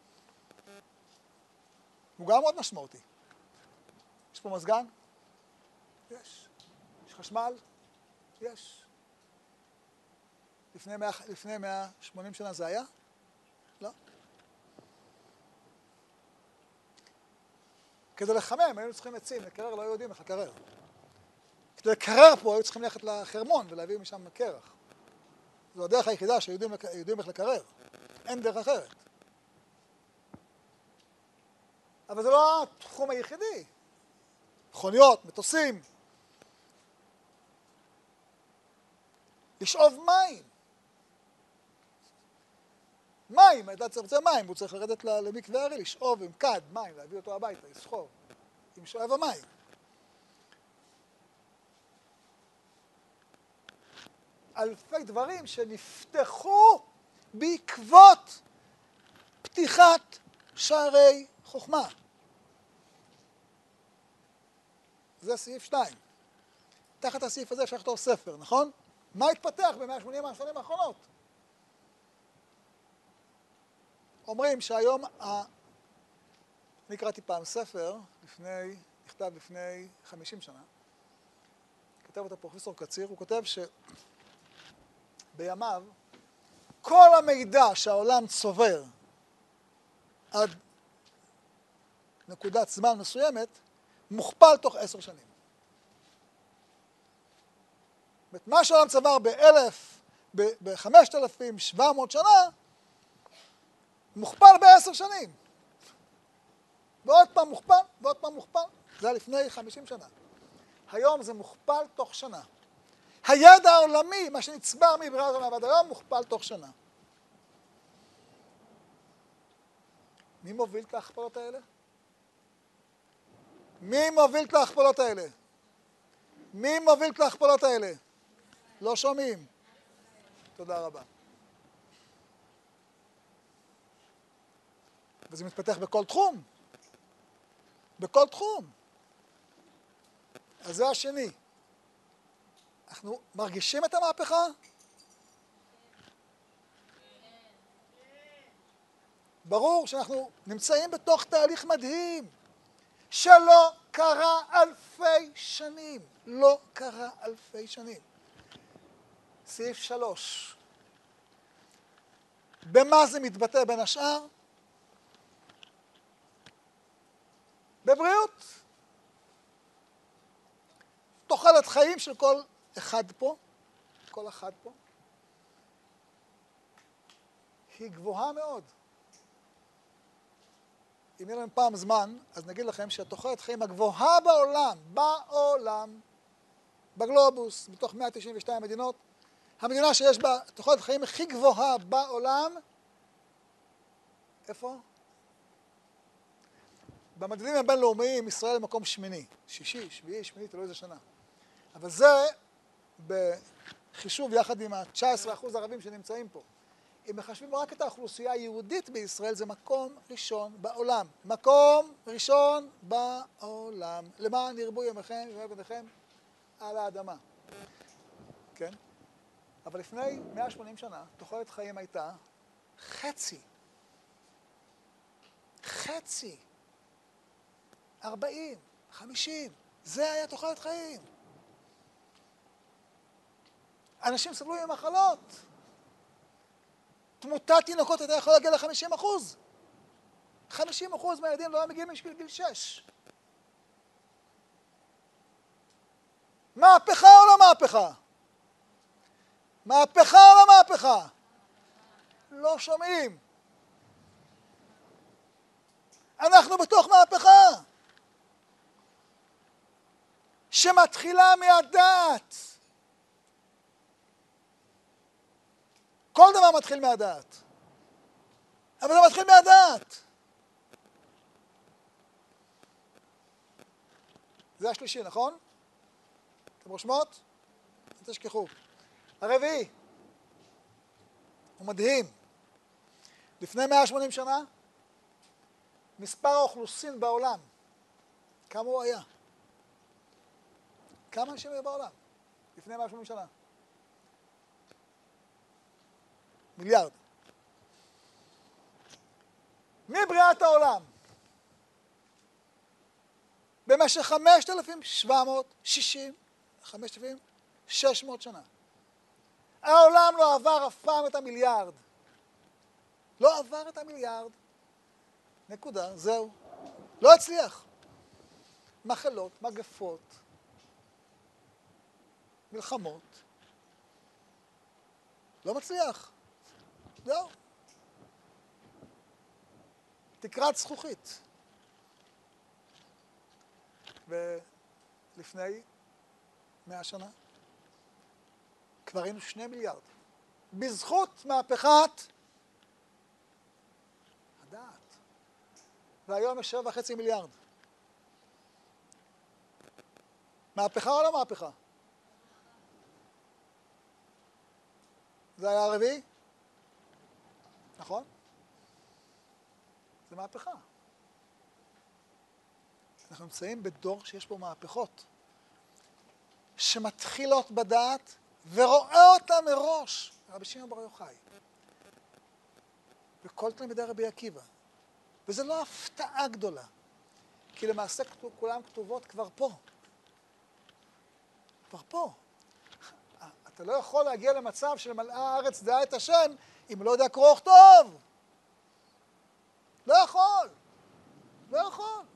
הוא גם מאוד משמעותי. יש פה מזגן? יש. יש חשמל? יש. לפני, לפני מאה ושמונים שנה זה היה? לא. כדי לחמם היינו צריכים עצים, לקרר לא יודעים איך לקרר. כדי לקרר פה היו צריכים ללכת לחרמון ולהביא משם קרח. זו הדרך היחידה שיודעים איך לקרר. אין דרך אחרת. אבל זה לא התחום היחידי. מכוניות, מטוסים. לשאוב מים. מים, אתה צריך מים, הוא צריך לרדת למקווה הרי, לשאוב עם כד מים, להביא אותו הביתה, לסחוב, עם שואב המים. אלפי דברים שנפתחו בעקבות פתיחת שערי חוכמה. זה סעיף שתיים. תחת הסעיף הזה אפשר לכתוב ספר, נכון? מה התפתח ב-מאה ושמונים השנים האחרונות? אומרים שהיום, ה... אני קראתי פעם ספר, לפני, נכתב לפני חמישים שנה, כתב אותו פרופסור קציר, הוא כותב שבימיו כל המידע שהעולם צובר עד נקודת זמן מסוימת, מוכפל תוך עשר שנים. מה שהעולם צבר באלף, בחמשת אלפים שבע מאות שנה, מוכפל בעשר שנים. ועוד פעם מוכפל, ועוד פעם מוכפל. זה היה לפני חמישים שנה. היום זה מוכפל תוך שנה. הידע העולמי, מה שנצבר מבריאת העולם ועד היום, מוכפל תוך שנה. מי מוביל את ההכפלות האלה? מי מוביל את ההכפלות האלה? מי מוביל את ההכפלות האלה? לא שומעים. תודה רבה. וזה מתפתח בכל תחום. בכל תחום. אז זה השני. אנחנו מרגישים את המהפכה? ברור שאנחנו נמצאים בתוך תהליך מדהים, שלא קרה אלפי שנים. לא קרה אלפי שנים. סעיף שלוש. במה זה מתבטא בין השאר? בבריאות. תוחלת חיים של כל אחד פה, כל אחד פה, היא גבוהה מאוד. אם יהיה לנו פעם זמן, אז נגיד לכם שהתוחלת חיים הגבוהה בעולם, בעולם, בגלובוס, מתוך מאה תשעים ושתיים מדינות, המדינה שיש בה תוחלת חיים הכי גבוהה בעולם, איפה? במדדים הבינלאומיים ישראל במקום שמיני, שישי, שביעי, שמיני, תלוי איזה שנה. אבל זה בחישוב יחד עם ה-תשעה עשר אחוז ערבים שנמצאים פה. אם מחשבים רק את האוכלוסייה היהודית בישראל, זה מקום ראשון בעולם. מקום ראשון בעולם. למען ירבו ימיכם ובניכם על האדמה. כן? אבל לפני מאה ושמונים שנה, תוחלת חיים הייתה חצי. חצי. ארבעים, חמישים. זה היה תוחלת חיים. אנשים סבלו ממחלות. תמותת תינוקות הייתה יכולה להגיע ל-חמישים אחוז. חמישים אחוז מהילדים לא היו מגיעים בשביל גיל שש. מהפכה או לא מהפכה? מהפכה או לא מהפכה? לא שומעים. אנחנו בתוך מהפכה שמתחילה מהדעת. כל דבר מתחיל מהדעת. אבל זה מתחיל מהדעת. זה השלישי, נכון? אתם רושמות? אל תשכחו. הרביעי. הוא מדהים. לפני מאה ושמונים שנה, מספר האוכלוסין בעולם, כמה הוא היה? כמה אנשים היו בעולם? לפני מאה ושמונים שנה. מיליארד. מבריאת העולם, במשך חמשת אלפים שבע מאות שישים, חמשת אלפים שש מאות שנה. העולם לא עבר אף פעם את המיליארד. לא עבר את המיליארד. נקודה, זהו. לא הצליח. מחלות, מגפות, מלחמות. לא מצליח. זהו. תקרת זכוכית. ולפני מאה שנה כבר היינו שני מיליארד. בזכות מהפכת הדעת. והיום יש שבע וחצי מיליארד. מהפכה או לא מהפכה? זה היה הרביעי? נכון? זה מהפכה. אנחנו נמצאים בדור שיש בו מהפכות, שמתחילות בדעת ורואה אותה מראש, רבי שמעון בר יוחאי, וכל תלמידי רבי עקיבא. וזו לא הפתעה גדולה, כי למעשה כולם כתובות כבר פה. כבר פה. אתה לא יכול להגיע למצב של מלאה הארץ דעה את השם, אם לא יודע קרוא וכתוב. לא יכול. לא יכול.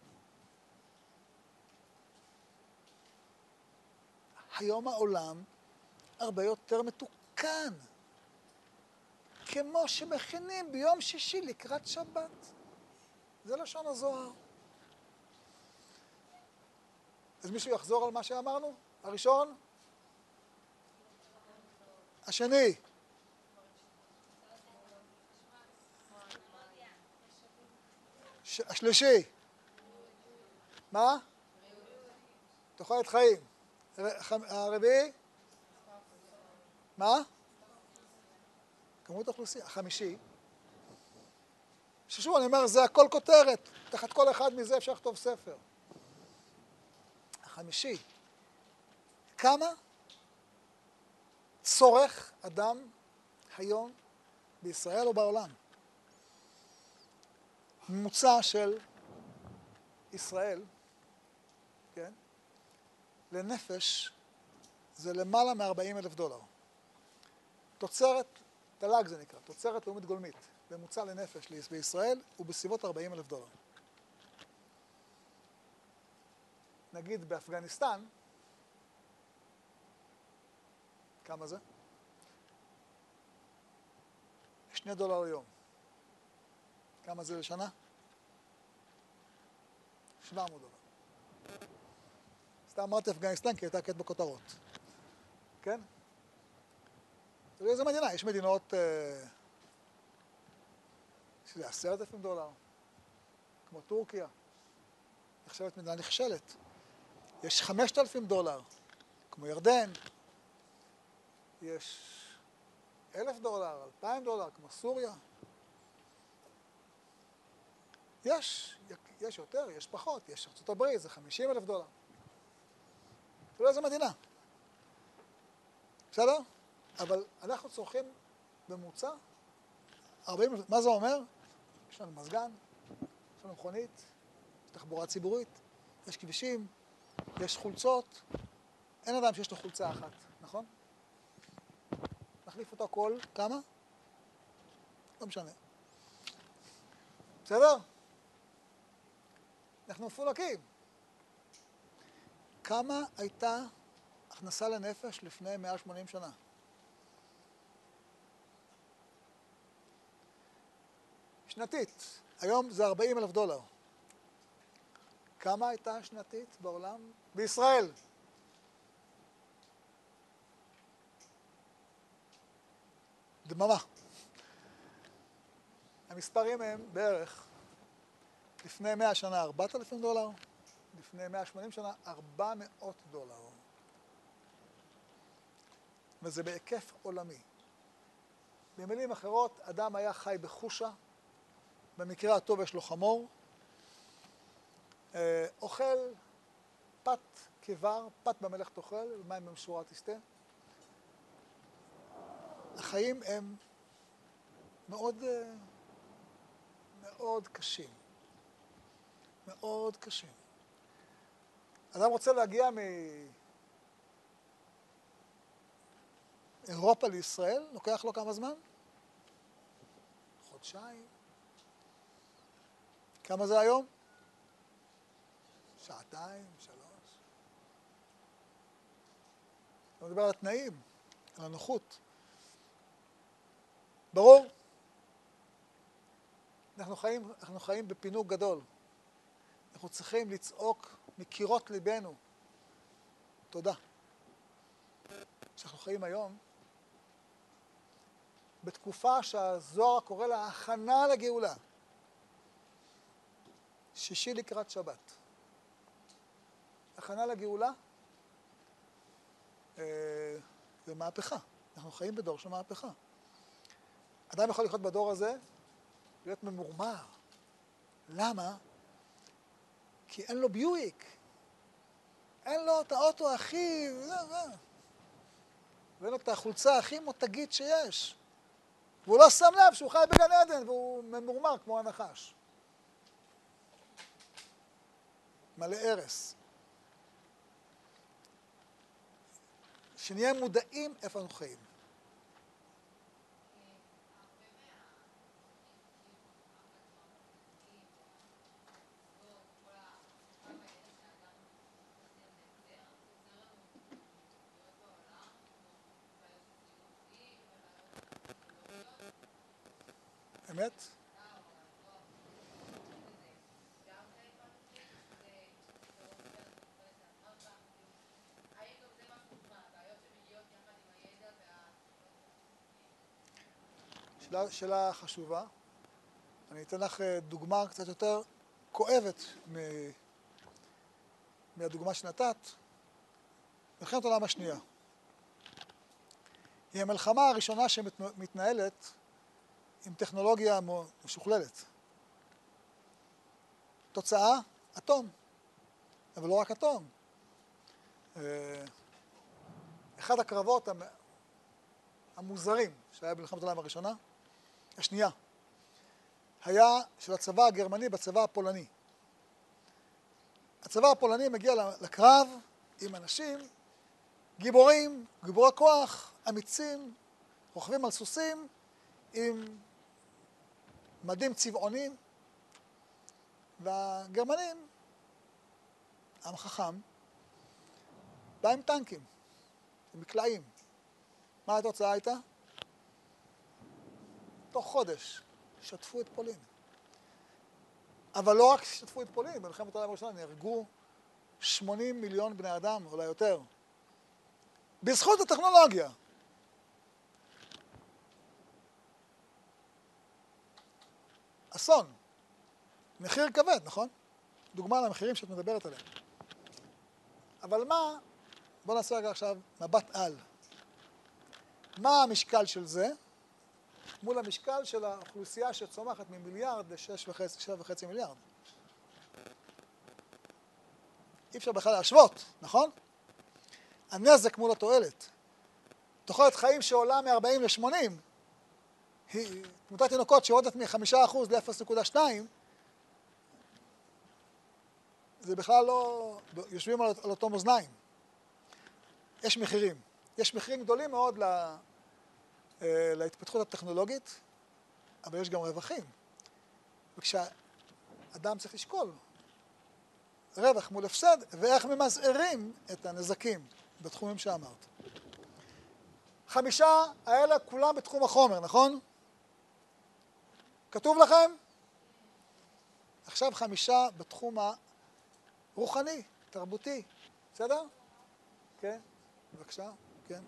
היום העולם הרבה יותר מתוקן. כמו שמכינים ביום שישי לקראת שבת. זה לשון הזוהר. אז מישהו יחזור על מה שאמרנו? הראשון? השני? ש... השלישי? מה? תוחלת חיים. הרביעי? מה? כמות אוכלוסייה. החמישי? ששוב, אני אומר, זה הכל כותרת. תחת כל אחד מזה אפשר לכתוב ספר. החמישי. כמה צורך אדם היום בישראל או בעולם? ממוצע של ישראל, כן? לנפש זה למעלה מ-ארבעים אלף דולר. תוצרת, תל"ג זה נקרא, תוצרת לאומית גולמית, ממוצע לנפש בישראל הוא בסביבות ארבעים אלף דולר. נגיד באפגניסטן, כמה זה? שני דולר ליום. כמה זה לשנה? שבע מאות דולר. סתם אמרתי אפגניסטן כי הייתה קט בכותרות. כן? תראי איזה מדינה, יש מדינות שזה עשרת אלפים דולר, כמו טורקיה, נחשבת מדינה נכשלת. יש חמשת אלפים דולר, כמו ירדן, יש אלף דולר, אלפיים דולר, כמו סוריה. יש, יש יותר, יש פחות, יש ארצות הברית, זה חמישים אלף דולר. תראו איזה מדינה. בסדר? אבל אנחנו צורכים בממוצע ארבעים, מה זה אומר? יש לנו מזגן, יש לנו מכונית, יש תחבורה ציבורית, יש כבישים, יש חולצות. אין אדם שיש לו חולצה אחת, נכון? נחליף אותו כל כמה? לא משנה. בסדר? אנחנו מפולקים. כמה הייתה הכנסה לנפש לפני מאה ושמונים שנה? שנתית. היום זה ארבעים אלף דולר. כמה הייתה שנתית בעולם? בישראל. דממה. המספרים הם בערך לפני מאה שנה ארבעת אלפים דולר, לפני מאה ושמונים שנה ארבע מאות דולר. וזה בהיקף עולמי. במילים אחרות, אדם היה חי בחושה, במקרה הטוב יש לו חמור, אה, אוכל פת כבר, פת במלך תאכל, מים במשורה תשתה. החיים הם מאוד, מאוד קשים. מאוד קשים. אדם רוצה להגיע מאירופה לישראל, לוקח לו כמה זמן? חודשיים. כמה זה היום? שעתיים, שלוש. אני מדבר על התנאים, על הנוחות. ברור? אנחנו חיים, אנחנו חיים בפינוק גדול. אנחנו צריכים לצעוק מקירות ליבנו. תודה. שאנחנו חיים היום בתקופה שהזוהר קורא לה הכנה לגאולה. שישי לקראת שבת. הכנה לגאולה זה מהפכה. אנחנו חיים בדור של מהפכה. אדם יכול לחיות בדור הזה להיות ממורמר. למה? כי אין לו ביואיק. אין לו את האוטו הכי... הבאנו את החולצה הכי מותגית שיש. והוא לא שם לב שהוא חי בגן עדן והוא ממורמר כמו הנחש. מלא הרס. שנהיה מודעים איפה אנחנו חיים. אמת? שאלה, שאלה חשובה. אני אתן לך דוגמה קצת יותר כואבת מ... מהדוגמה שנתת. מלחמת העולם השנייה. היא המלחמה הראשונה שמתנהלת עם טכנולוגיה משוכללת. תוצאה, אטום. אבל לא רק אטום. אחד הקרבות המוזרים שהיה במלחמת העולם הראשונה, השנייה, היה של הצבא הגרמני בצבא הפולני. הצבא הפולני מגיע לקרב עם אנשים גיבורים, גיבורי כוח, אמיצים, רוכבים על סוסים, עם מדים צבעונים, והגרמנים, עם חכם, בא עם טנקים, עם מקלעים. מה התוצאה הייתה? תוך חודש שטפו את פולין. אבל לא רק שטפו את פולין, במלחמת העולם הראשונה נהרגו שמונים מיליון בני אדם, אולי יותר. בזכות הטכנולוגיה. אסון. מחיר כבד, נכון? דוגמה למחירים שאת מדברת עליהם. אבל מה, בוא נעשה רגע עכשיו מבט על. מה המשקל של זה מול המשקל של האוכלוסייה שצומחת ממיליארד לשש וחצי, שבע וחצי מיליארד? אי אפשר בכלל להשוות, נכון? הנזק מול התועלת. תוחלת חיים שעולה מ-ארבעים ל-שמונים, היא תמותת תינוקות שיורדת מ-חמישה אחוז ל-אפס נקודה שתיים, זה בכלל לא... יושבים על, על אותו מאזניים. יש מחירים. יש מחירים גדולים מאוד לה, להתפתחות הטכנולוגית, אבל יש גם רווחים. וכשאדם צריך לשקול רווח מול הפסד, ואיך ממזערים את הנזקים בתחומים שאמרת. חמישה האלה כולם בתחום החומר, נכון? כתוב לכם? עכשיו חמישה בתחום הרוחני, תרבותי. בסדר? כן? בבקשה, כן.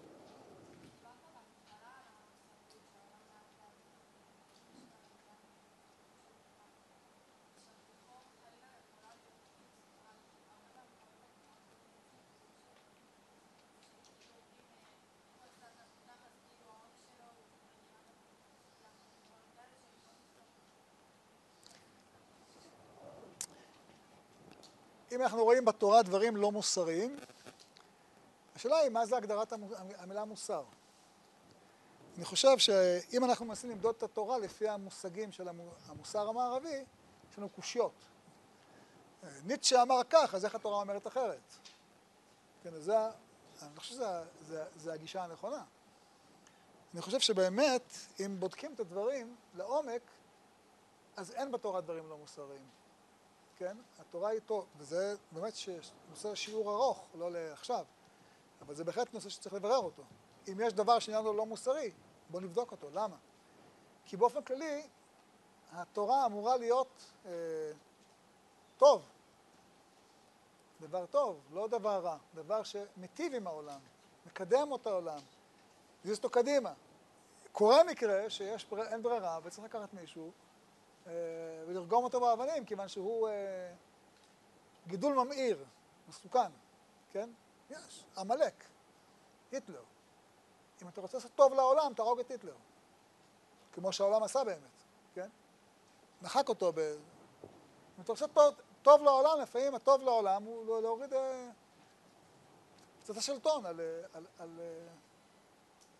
אם אנחנו רואים בתורה דברים לא מוסריים, השאלה היא מה זה הגדרת המילה מוסר. אני חושב שאם אנחנו מנסים למדוד את התורה לפי המושגים של המוסר המערבי, יש לנו קושיות. ניטשה אמר כך, אז איך התורה אומרת אחרת? כן, זה, אני חושב שזה הגישה הנכונה. אני חושב שבאמת, אם בודקים את הדברים לעומק, אז אין בתורה דברים לא מוסריים. כן? התורה היא טוב, וזה באמת נושא שיעור ארוך, לא לעכשיו, אבל זה בהחלט נושא שצריך לברר אותו. אם יש דבר שנראה לו לא מוסרי, בואו נבדוק אותו. למה? כי באופן כללי, התורה אמורה להיות אה, טוב. דבר טוב, לא דבר רע. דבר שמטיב עם העולם, מקדם אותו העולם, יזיז אותו קדימה. קורה מקרה שיש אין ברירה וצריך לקחת מישהו ולרגום אותו באבנים, כיוון שהוא גידול ממאיר, מסוכן, כן? יש, עמלק, היטלר. אם אתה רוצה לעשות טוב לעולם, תהרוג את היטלר. כמו שהעולם עשה באמת, כן? מחק אותו ב... אם אתה רוצה טוב, טוב לעולם, לפעמים הטוב לעולם הוא להוריד קצת השלטון על, על, על,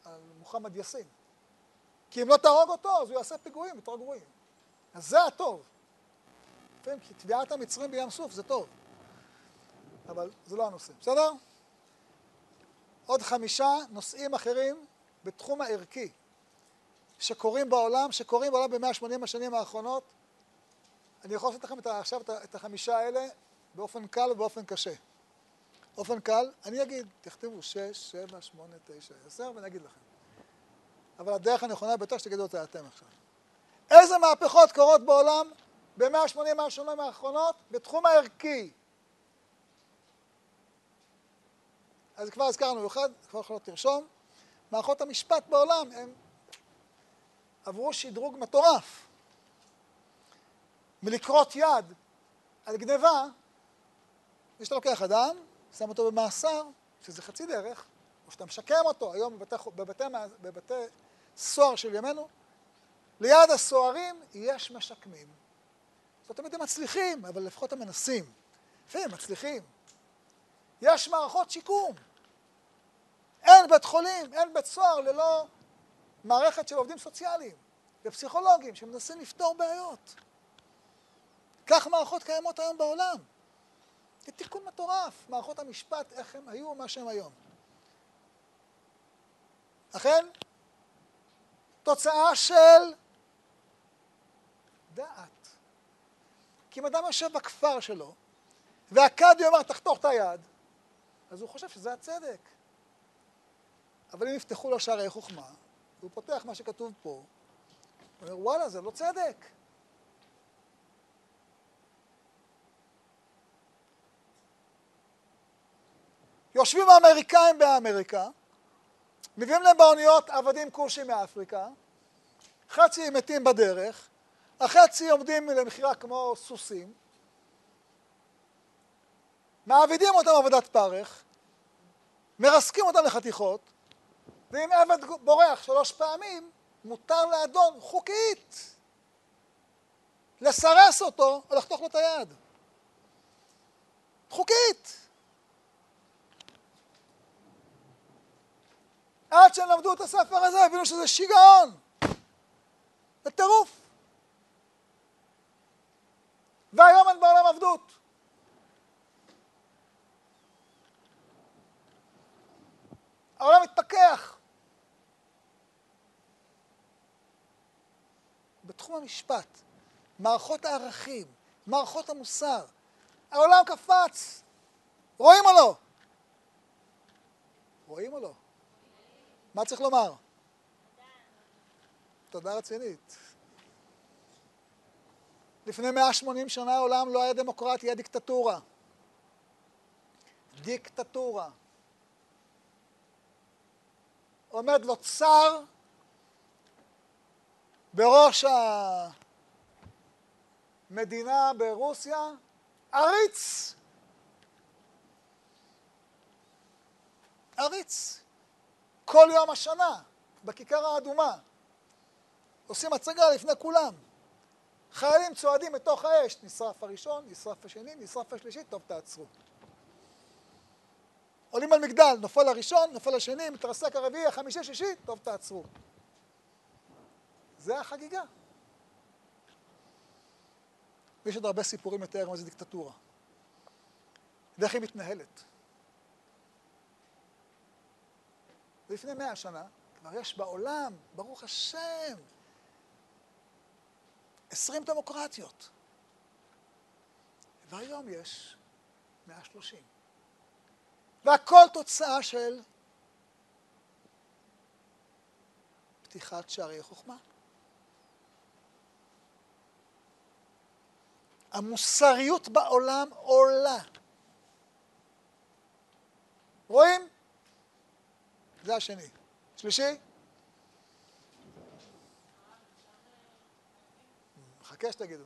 על מוחמד יאסין. כי אם לא תהרוג אותו, אז הוא יעשה פיגועים יותר גרועים. אז זה הטוב. כי תביעת המצרים בים סוף זה טוב. אבל זה לא הנושא. בסדר? עוד חמישה נושאים אחרים בתחום הערכי שקורים בעולם, שקורים בעולם ב-מאה ושמונים השנים האחרונות. אני יכול לעשות לכם את, עכשיו את החמישה האלה באופן קל ובאופן קשה. באופן קל, אני אגיד, תכתבו שש, שבע, שמונה, תשע, עשר, ואני אגיד לכם. אבל הדרך הנכונה ביותר שתגידו אותה אתם עכשיו. איזה מהפכות קורות בעולם ב-מאה ושמונים השנים האחרונות בתחום הערכי? אז כבר הזכרנו אחד, כבר יכולות תרשום. מערכות המשפט בעולם הם עברו שדרוג מטורף. מלקרות יד על גניבה, יש שאתה לוקח אדם, שם אותו במאסר, שזה חצי דרך, או שאתה משקם אותו, היום בבתי, בבתי, בבתי סוהר של ימינו, ליד הסוהרים יש משקמים. זאת אומרת, הם מצליחים, אבל לפחות הם מנסים. לפעמים הם מצליחים. יש מערכות שיקום. אין בית חולים, אין בית סוהר ללא מערכת של עובדים סוציאליים ופסיכולוגים שמנסים לפתור בעיות. כך מערכות קיימות היום בעולם. זה תיקון מטורף. מערכות המשפט, איך הם היו ומה שהם היום. אכן, תוצאה של דעת. כי אם אדם יושב בכפר שלו, והקאדי אומר, תחתוך את היד, אז הוא חושב שזה הצדק. אבל אם יפתחו לו שערי חוכמה, והוא פותח מה שכתוב פה, הוא אומר, וואלה, זה לא צדק. יושבים האמריקאים באמריקה, מביאים להם באוניות עבדים כושים מאפריקה, חצי מתים בדרך, החצי עומדים למחירה כמו סוסים, מעבידים אותם עבודת פרך, מרסקים אותם לחתיכות, ואם עבד בורח שלוש פעמים, מותר לאדון חוקית לסרס אותו או לחתוך לו את היד. חוקית. עד שהם למדו את הספר הזה, הבינו שזה שיגעון. זה טירוף. והיום אין בעולם עבדות. העולם מתפכח. בתחום המשפט, מערכות הערכים, מערכות המוסר, העולם קפץ. רואים או לא? רואים או לא? מה צריך לומר? תודה רצינית. לפני מאה ושמונים שנה העולם לא היה דמוקרטיה, היה דיקטטורה. דיקטטורה. עומד לו צר בראש המדינה ברוסיה, עריץ. עריץ. כל יום השנה, בכיכר האדומה. עושים הצגה לפני כולם. חיילים צועדים בתוך האש, נשרף הראשון, נשרף השני, נשרף השלישי, טוב תעצרו. עולים על מגדל, נופל הראשון, נופל השני, מתרסק הרביעי, החמישי, שישי, טוב תעצרו. זה החגיגה. ויש עוד הרבה סיפורים יותר מה זה דיקטטורה. ואיך היא מתנהלת. ולפני מאה שנה, כבר יש בעולם, ברוך השם, עשרים דמוקרטיות. והיום יש מאה ושלושים. והכל תוצאה של פתיחת שערי חוכמה. המוסריות בעולם עולה. רואים? זה השני. שלישי? חכה שתגידו.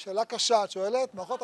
שאלה קשה, את שואלת, מערכות...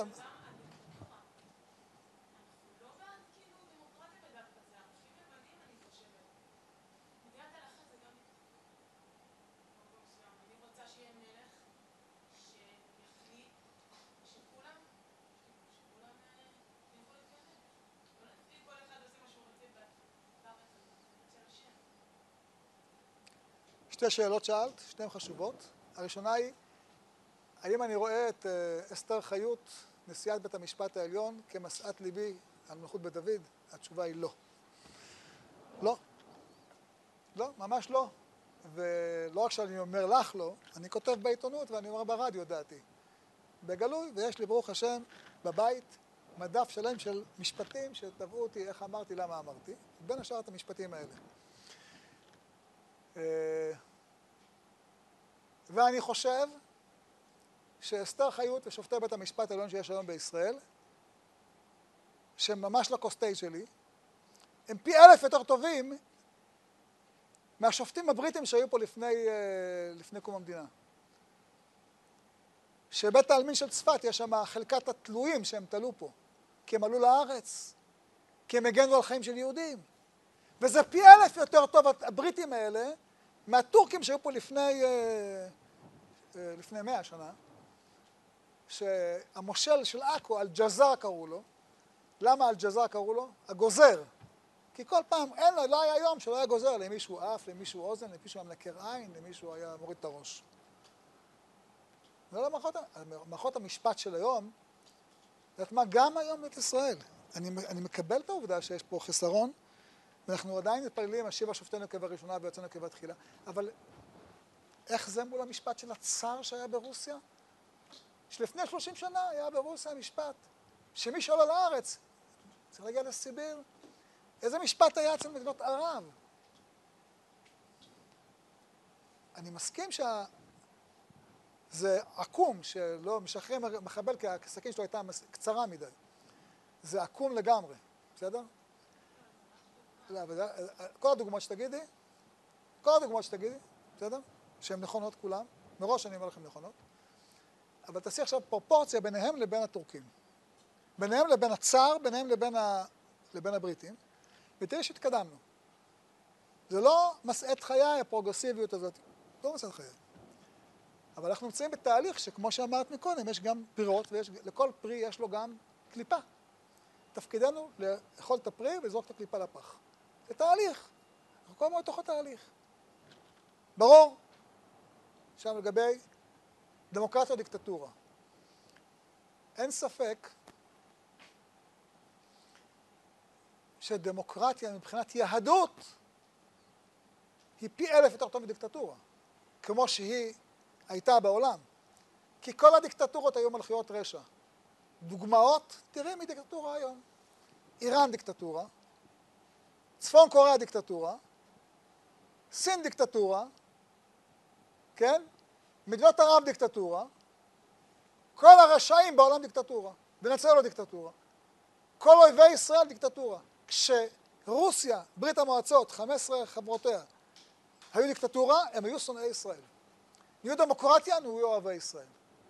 שתי שאלות שאלת, שתיהן חשובות. הראשונה היא, האם אני רואה את אסתר חיות, נשיאת בית המשפט העליון, כמשאת ליבי על מלכות בית דוד? התשובה היא לא. לא. לא, ממש לא. ולא רק שאני אומר לך לא, אני כותב בעיתונות ואני אומר ברדיו דעתי. בגלוי, ויש לי ברוך השם בבית מדף שלם של משפטים שטבעו אותי איך אמרתי, למה אמרתי, בין השאר את המשפטים האלה. ואני חושב שאסתר חיות ושופטי בית המשפט העליון שיש היום בישראל, שהם ממש לקוסטי שלי, הם פי אלף יותר טובים מהשופטים הבריטים שהיו פה לפני, לפני קום המדינה. שבית העלמין של צפת יש שם חלקת התלויים שהם תלו פה, כי הם עלו לארץ, כי הם הגנו על חיים של יהודים. וזה פי אלף יותר טוב, הבריטים האלה, מהטורקים שהיו פה לפני, לפני מאה שנה, שהמושל של עכו, אל-ג'זר קראו לו. למה אל-ג'זר קראו לו? הגוזר. כי כל פעם, אין לו, לא היה יום שלא היה גוזר, למישהו אף, למישהו אוזן, למישהו היה מנקר עין, למישהו היה מוריד את הראש. זה לא מערכות, מערכות המשפט של היום, זאת אומרת, גם היום בית ישראל. אני, אני מקבל את העובדה שיש פה חיסרון, ואנחנו עדיין מתפללים, השיבה שופטינו כבראשונה ויוצאנו כבתחילה, אבל איך זה מול המשפט של הצאר שהיה ברוסיה? שלפני שלושים שנה היה ברוסיה משפט, שמי שעולה לארץ צריך להגיע לסיביר. איזה משפט היה אצל מדינות ערב? אני מסכים שזה עקום, שלא משחררים מחבל כי הסכין שלו הייתה קצרה מדי. זה עקום לגמרי, בסדר? כל הדוגמאות שתגידי, כל הדוגמאות שתגידי, בסדר? שהן נכונות כולם, מראש אני אומר לכם נכונות, אבל תעשי עכשיו פרופורציה ביניהם לבין הטורקים. ביניהם לבין הצאר, ביניהם לבין, ה... לבין הבריטים, ותראי שהתקדמנו. זה לא מסעת חיי, הפרוגרסיביות הזאת, לא מסעת חיי. אבל אנחנו נמצאים בתהליך שכמו שאמרת מקודם, יש גם פירות, ולכל פרי יש לו גם קליפה. תפקידנו לאכול את הפרי ולזרוק את הקליפה לפח. זה תהליך. אנחנו כל הזמן בתוך התהליך. ברור. עכשיו לגבי דמוקרטיה או דיקטטורה. אין ספק שדמוקרטיה מבחינת יהדות היא פי אלף יותר טוב מדיקטטורה, כמו שהיא הייתה בעולם. כי כל הדיקטטורות היו מלכויות רשע. דוגמאות, תראי מדיקטטורה היום. איראן דיקטטורה, צפון קוריאה דיקטטורה, סין דיקטטורה, כן? מדינות ערב דיקטטורה, כל הרשעים בעולם דיקטטורה, ונצל לו דיקטטורה. כל אויבי ישראל דיקטטורה. כשרוסיה, ברית המועצות, חמש עשרה חברותיה, היו דיקטטורה, הם היו שונאי ישראל. נהיו דמוקרטיה, נהיו אוהבי ישראל.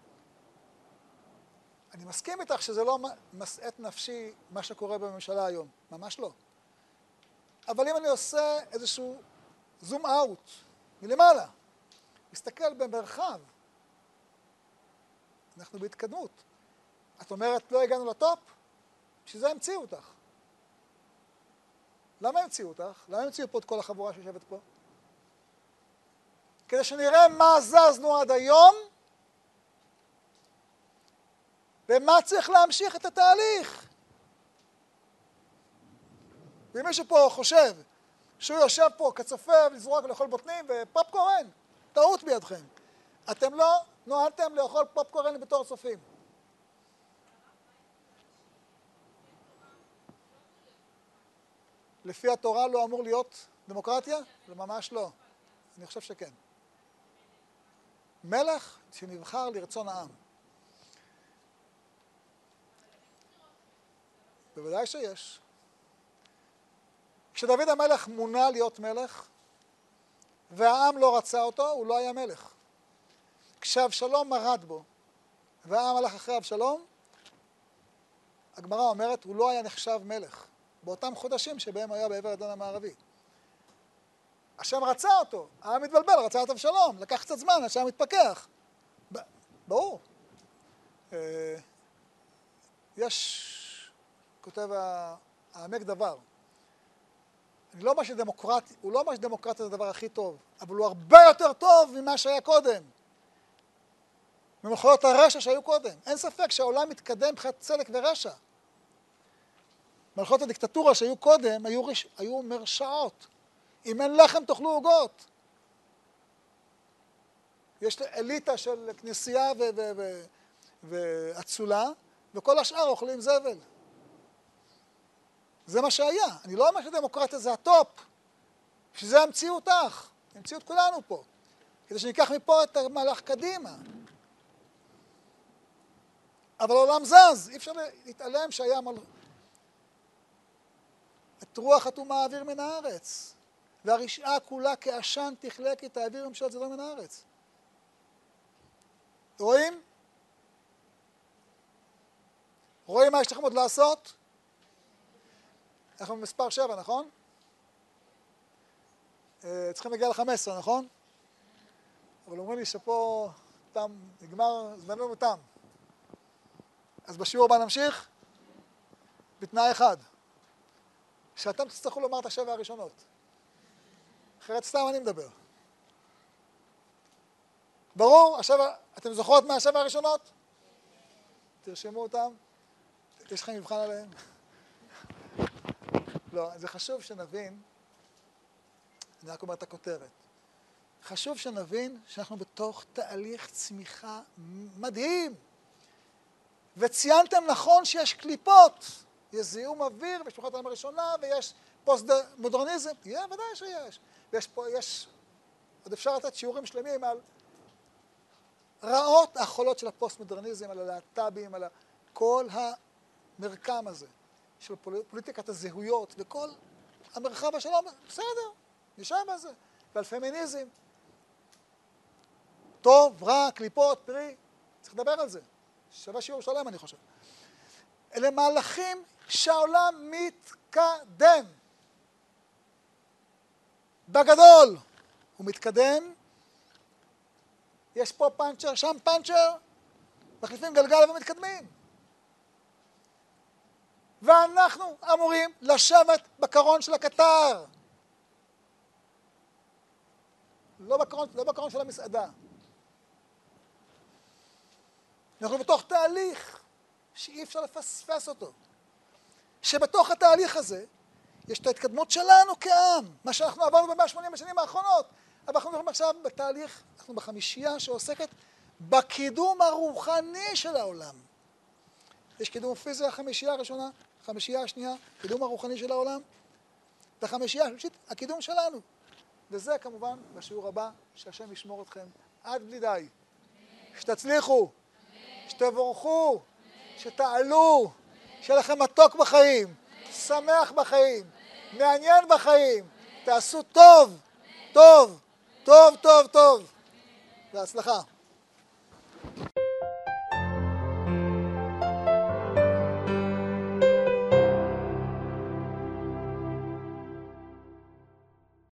אני מסכים איתך שזה לא מסעת נפשי מה שקורה בממשלה היום, ממש לא. אבל אם אני עושה איזשהו זום אאוט מלמעלה, מסתכל במרחב, אנחנו בהתקדמות. את אומרת, לא הגענו לטופ? בשביל זה המציאו אותך. למה המציאו אותך? למה המציאו פה את כל החבורה שיושבת פה? כדי שנראה מה זזנו עד היום, ומה צריך להמשיך את התהליך. ואם מישהו פה חושב שהוא יושב פה כצופה ולזרוק לאכול בוטנים ופופקורן, טעות בידכם. אתם לא נועדתם לאכול פופקורן בתור צופים. לפי התורה לא אמור להיות דמוקרטיה? זה ממש לא. אני חושב שכן. מלך שנבחר לרצון העם. בוודאי שיש. כשדוד המלך מונה להיות מלך, והעם לא רצה אותו, הוא לא היה מלך. כשאבשלום מרד בו, והעם הלך אחרי אבשלום, הגמרא אומרת, הוא לא היה נחשב מלך, באותם חודשים שבהם היה בעבר הדן המערבי. השם רצה אותו, העם מתבלבל, רצה את אבשלום, לקח קצת זמן, השם מתפכח. ברור. יש, כותב העמק דבר, אני לא אומר שדמוקרטיה, הוא לא אומר שדמוקרטיה זה הדבר הכי טוב, אבל הוא הרבה יותר טוב ממה שהיה קודם. ממלכויות הרשע שהיו קודם. אין ספק שהעולם מתקדם מבחינת צדק ורשע. מלכות הדיקטטורה שהיו קודם היו, רש... היו מרשעות. אם אין לחם תאכלו עוגות. יש אליטה של כנסייה ו... ו... ו... ואצולה, וכל השאר אוכלים זבל. זה מה שהיה. אני לא אומר שדמוקרטיה זה הטופ, שזה המציאות לך, המציאות כולנו פה, כדי שניקח מפה את המהלך קדימה. אבל העולם זז, אי אפשר להתעלם שהיה מל... את רוח אטומה האוויר מן הארץ, והרשעה כולה כעשן תכלה את האוויר ממשלת זדון מן הארץ. רואים? רואים מה יש לכם עוד לעשות? אנחנו במספר שבע, נכון? צריכים להגיע ל-חמש עשרה, נכון? אבל אומרים לי שפה תם, נגמר, זמננו תם. אז בשיעור הבא נמשיך בתנאי אחד, שאתם תצטרכו לומר את השבע הראשונות. אחרת סתם אני מדבר. ברור? השבע, אתם זוכרות מהשבע הראשונות? תרשמו אותם. יש לכם מבחן עליהם? לא, זה חשוב שנבין, אני רק אומר את הכותרת, חשוב שנבין שאנחנו בתוך תהליך צמיחה מדהים. וציינתם נכון שיש קליפות, יש זיהום אוויר, ויש מלחמת העולם הראשונה, ויש פוסט-מודרניזם, יהיה, ודאי שיש. ויש פה, יש, עוד אפשר לתת שיעורים שלמים על רעות החולות של הפוסט-מודרניזם, על הלהט"בים, על כל המרקם הזה, של פוליטיקת הזהויות, וכל המרחב השלום, בסדר, נשאר בזה, ועל פמיניזם. טוב, רע, קליפות, פרי, צריך לדבר על זה. שווה שיעור שלם, אני חושב. אלה מהלכים שהעולם מתקדם. בגדול הוא מתקדם, יש פה פאנצ'ר, שם פאנצ'ר, מחליפים גלגל ומתקדמים. ואנחנו אמורים לשבת בקרון של הקטר. לא בקרון, לא בקרון של המסעדה. אנחנו בתוך תהליך שאי אפשר לפספס אותו. שבתוך התהליך הזה יש את ההתקדמות שלנו כעם, מה שאנחנו עברנו ב-מאה ושמונים השנים האחרונות. אבל אנחנו מדברים עכשיו בתהליך, אנחנו בחמישייה שעוסקת בקידום הרוחני של העולם. יש קידום פיזי, החמישייה הראשונה, החמישייה השנייה, קידום הרוחני של העולם, והחמישייה השלישית, הקידום שלנו. וזה כמובן בשיעור הבא, שהשם ישמור אתכם עד בלי די. שתצליחו, שתבורכו, שתעלו, שיהיה לכם מתוק בחיים, שמח בחיים, מעניין בחיים, תעשו טוב, טוב, טוב, טוב, טוב. בהצלחה.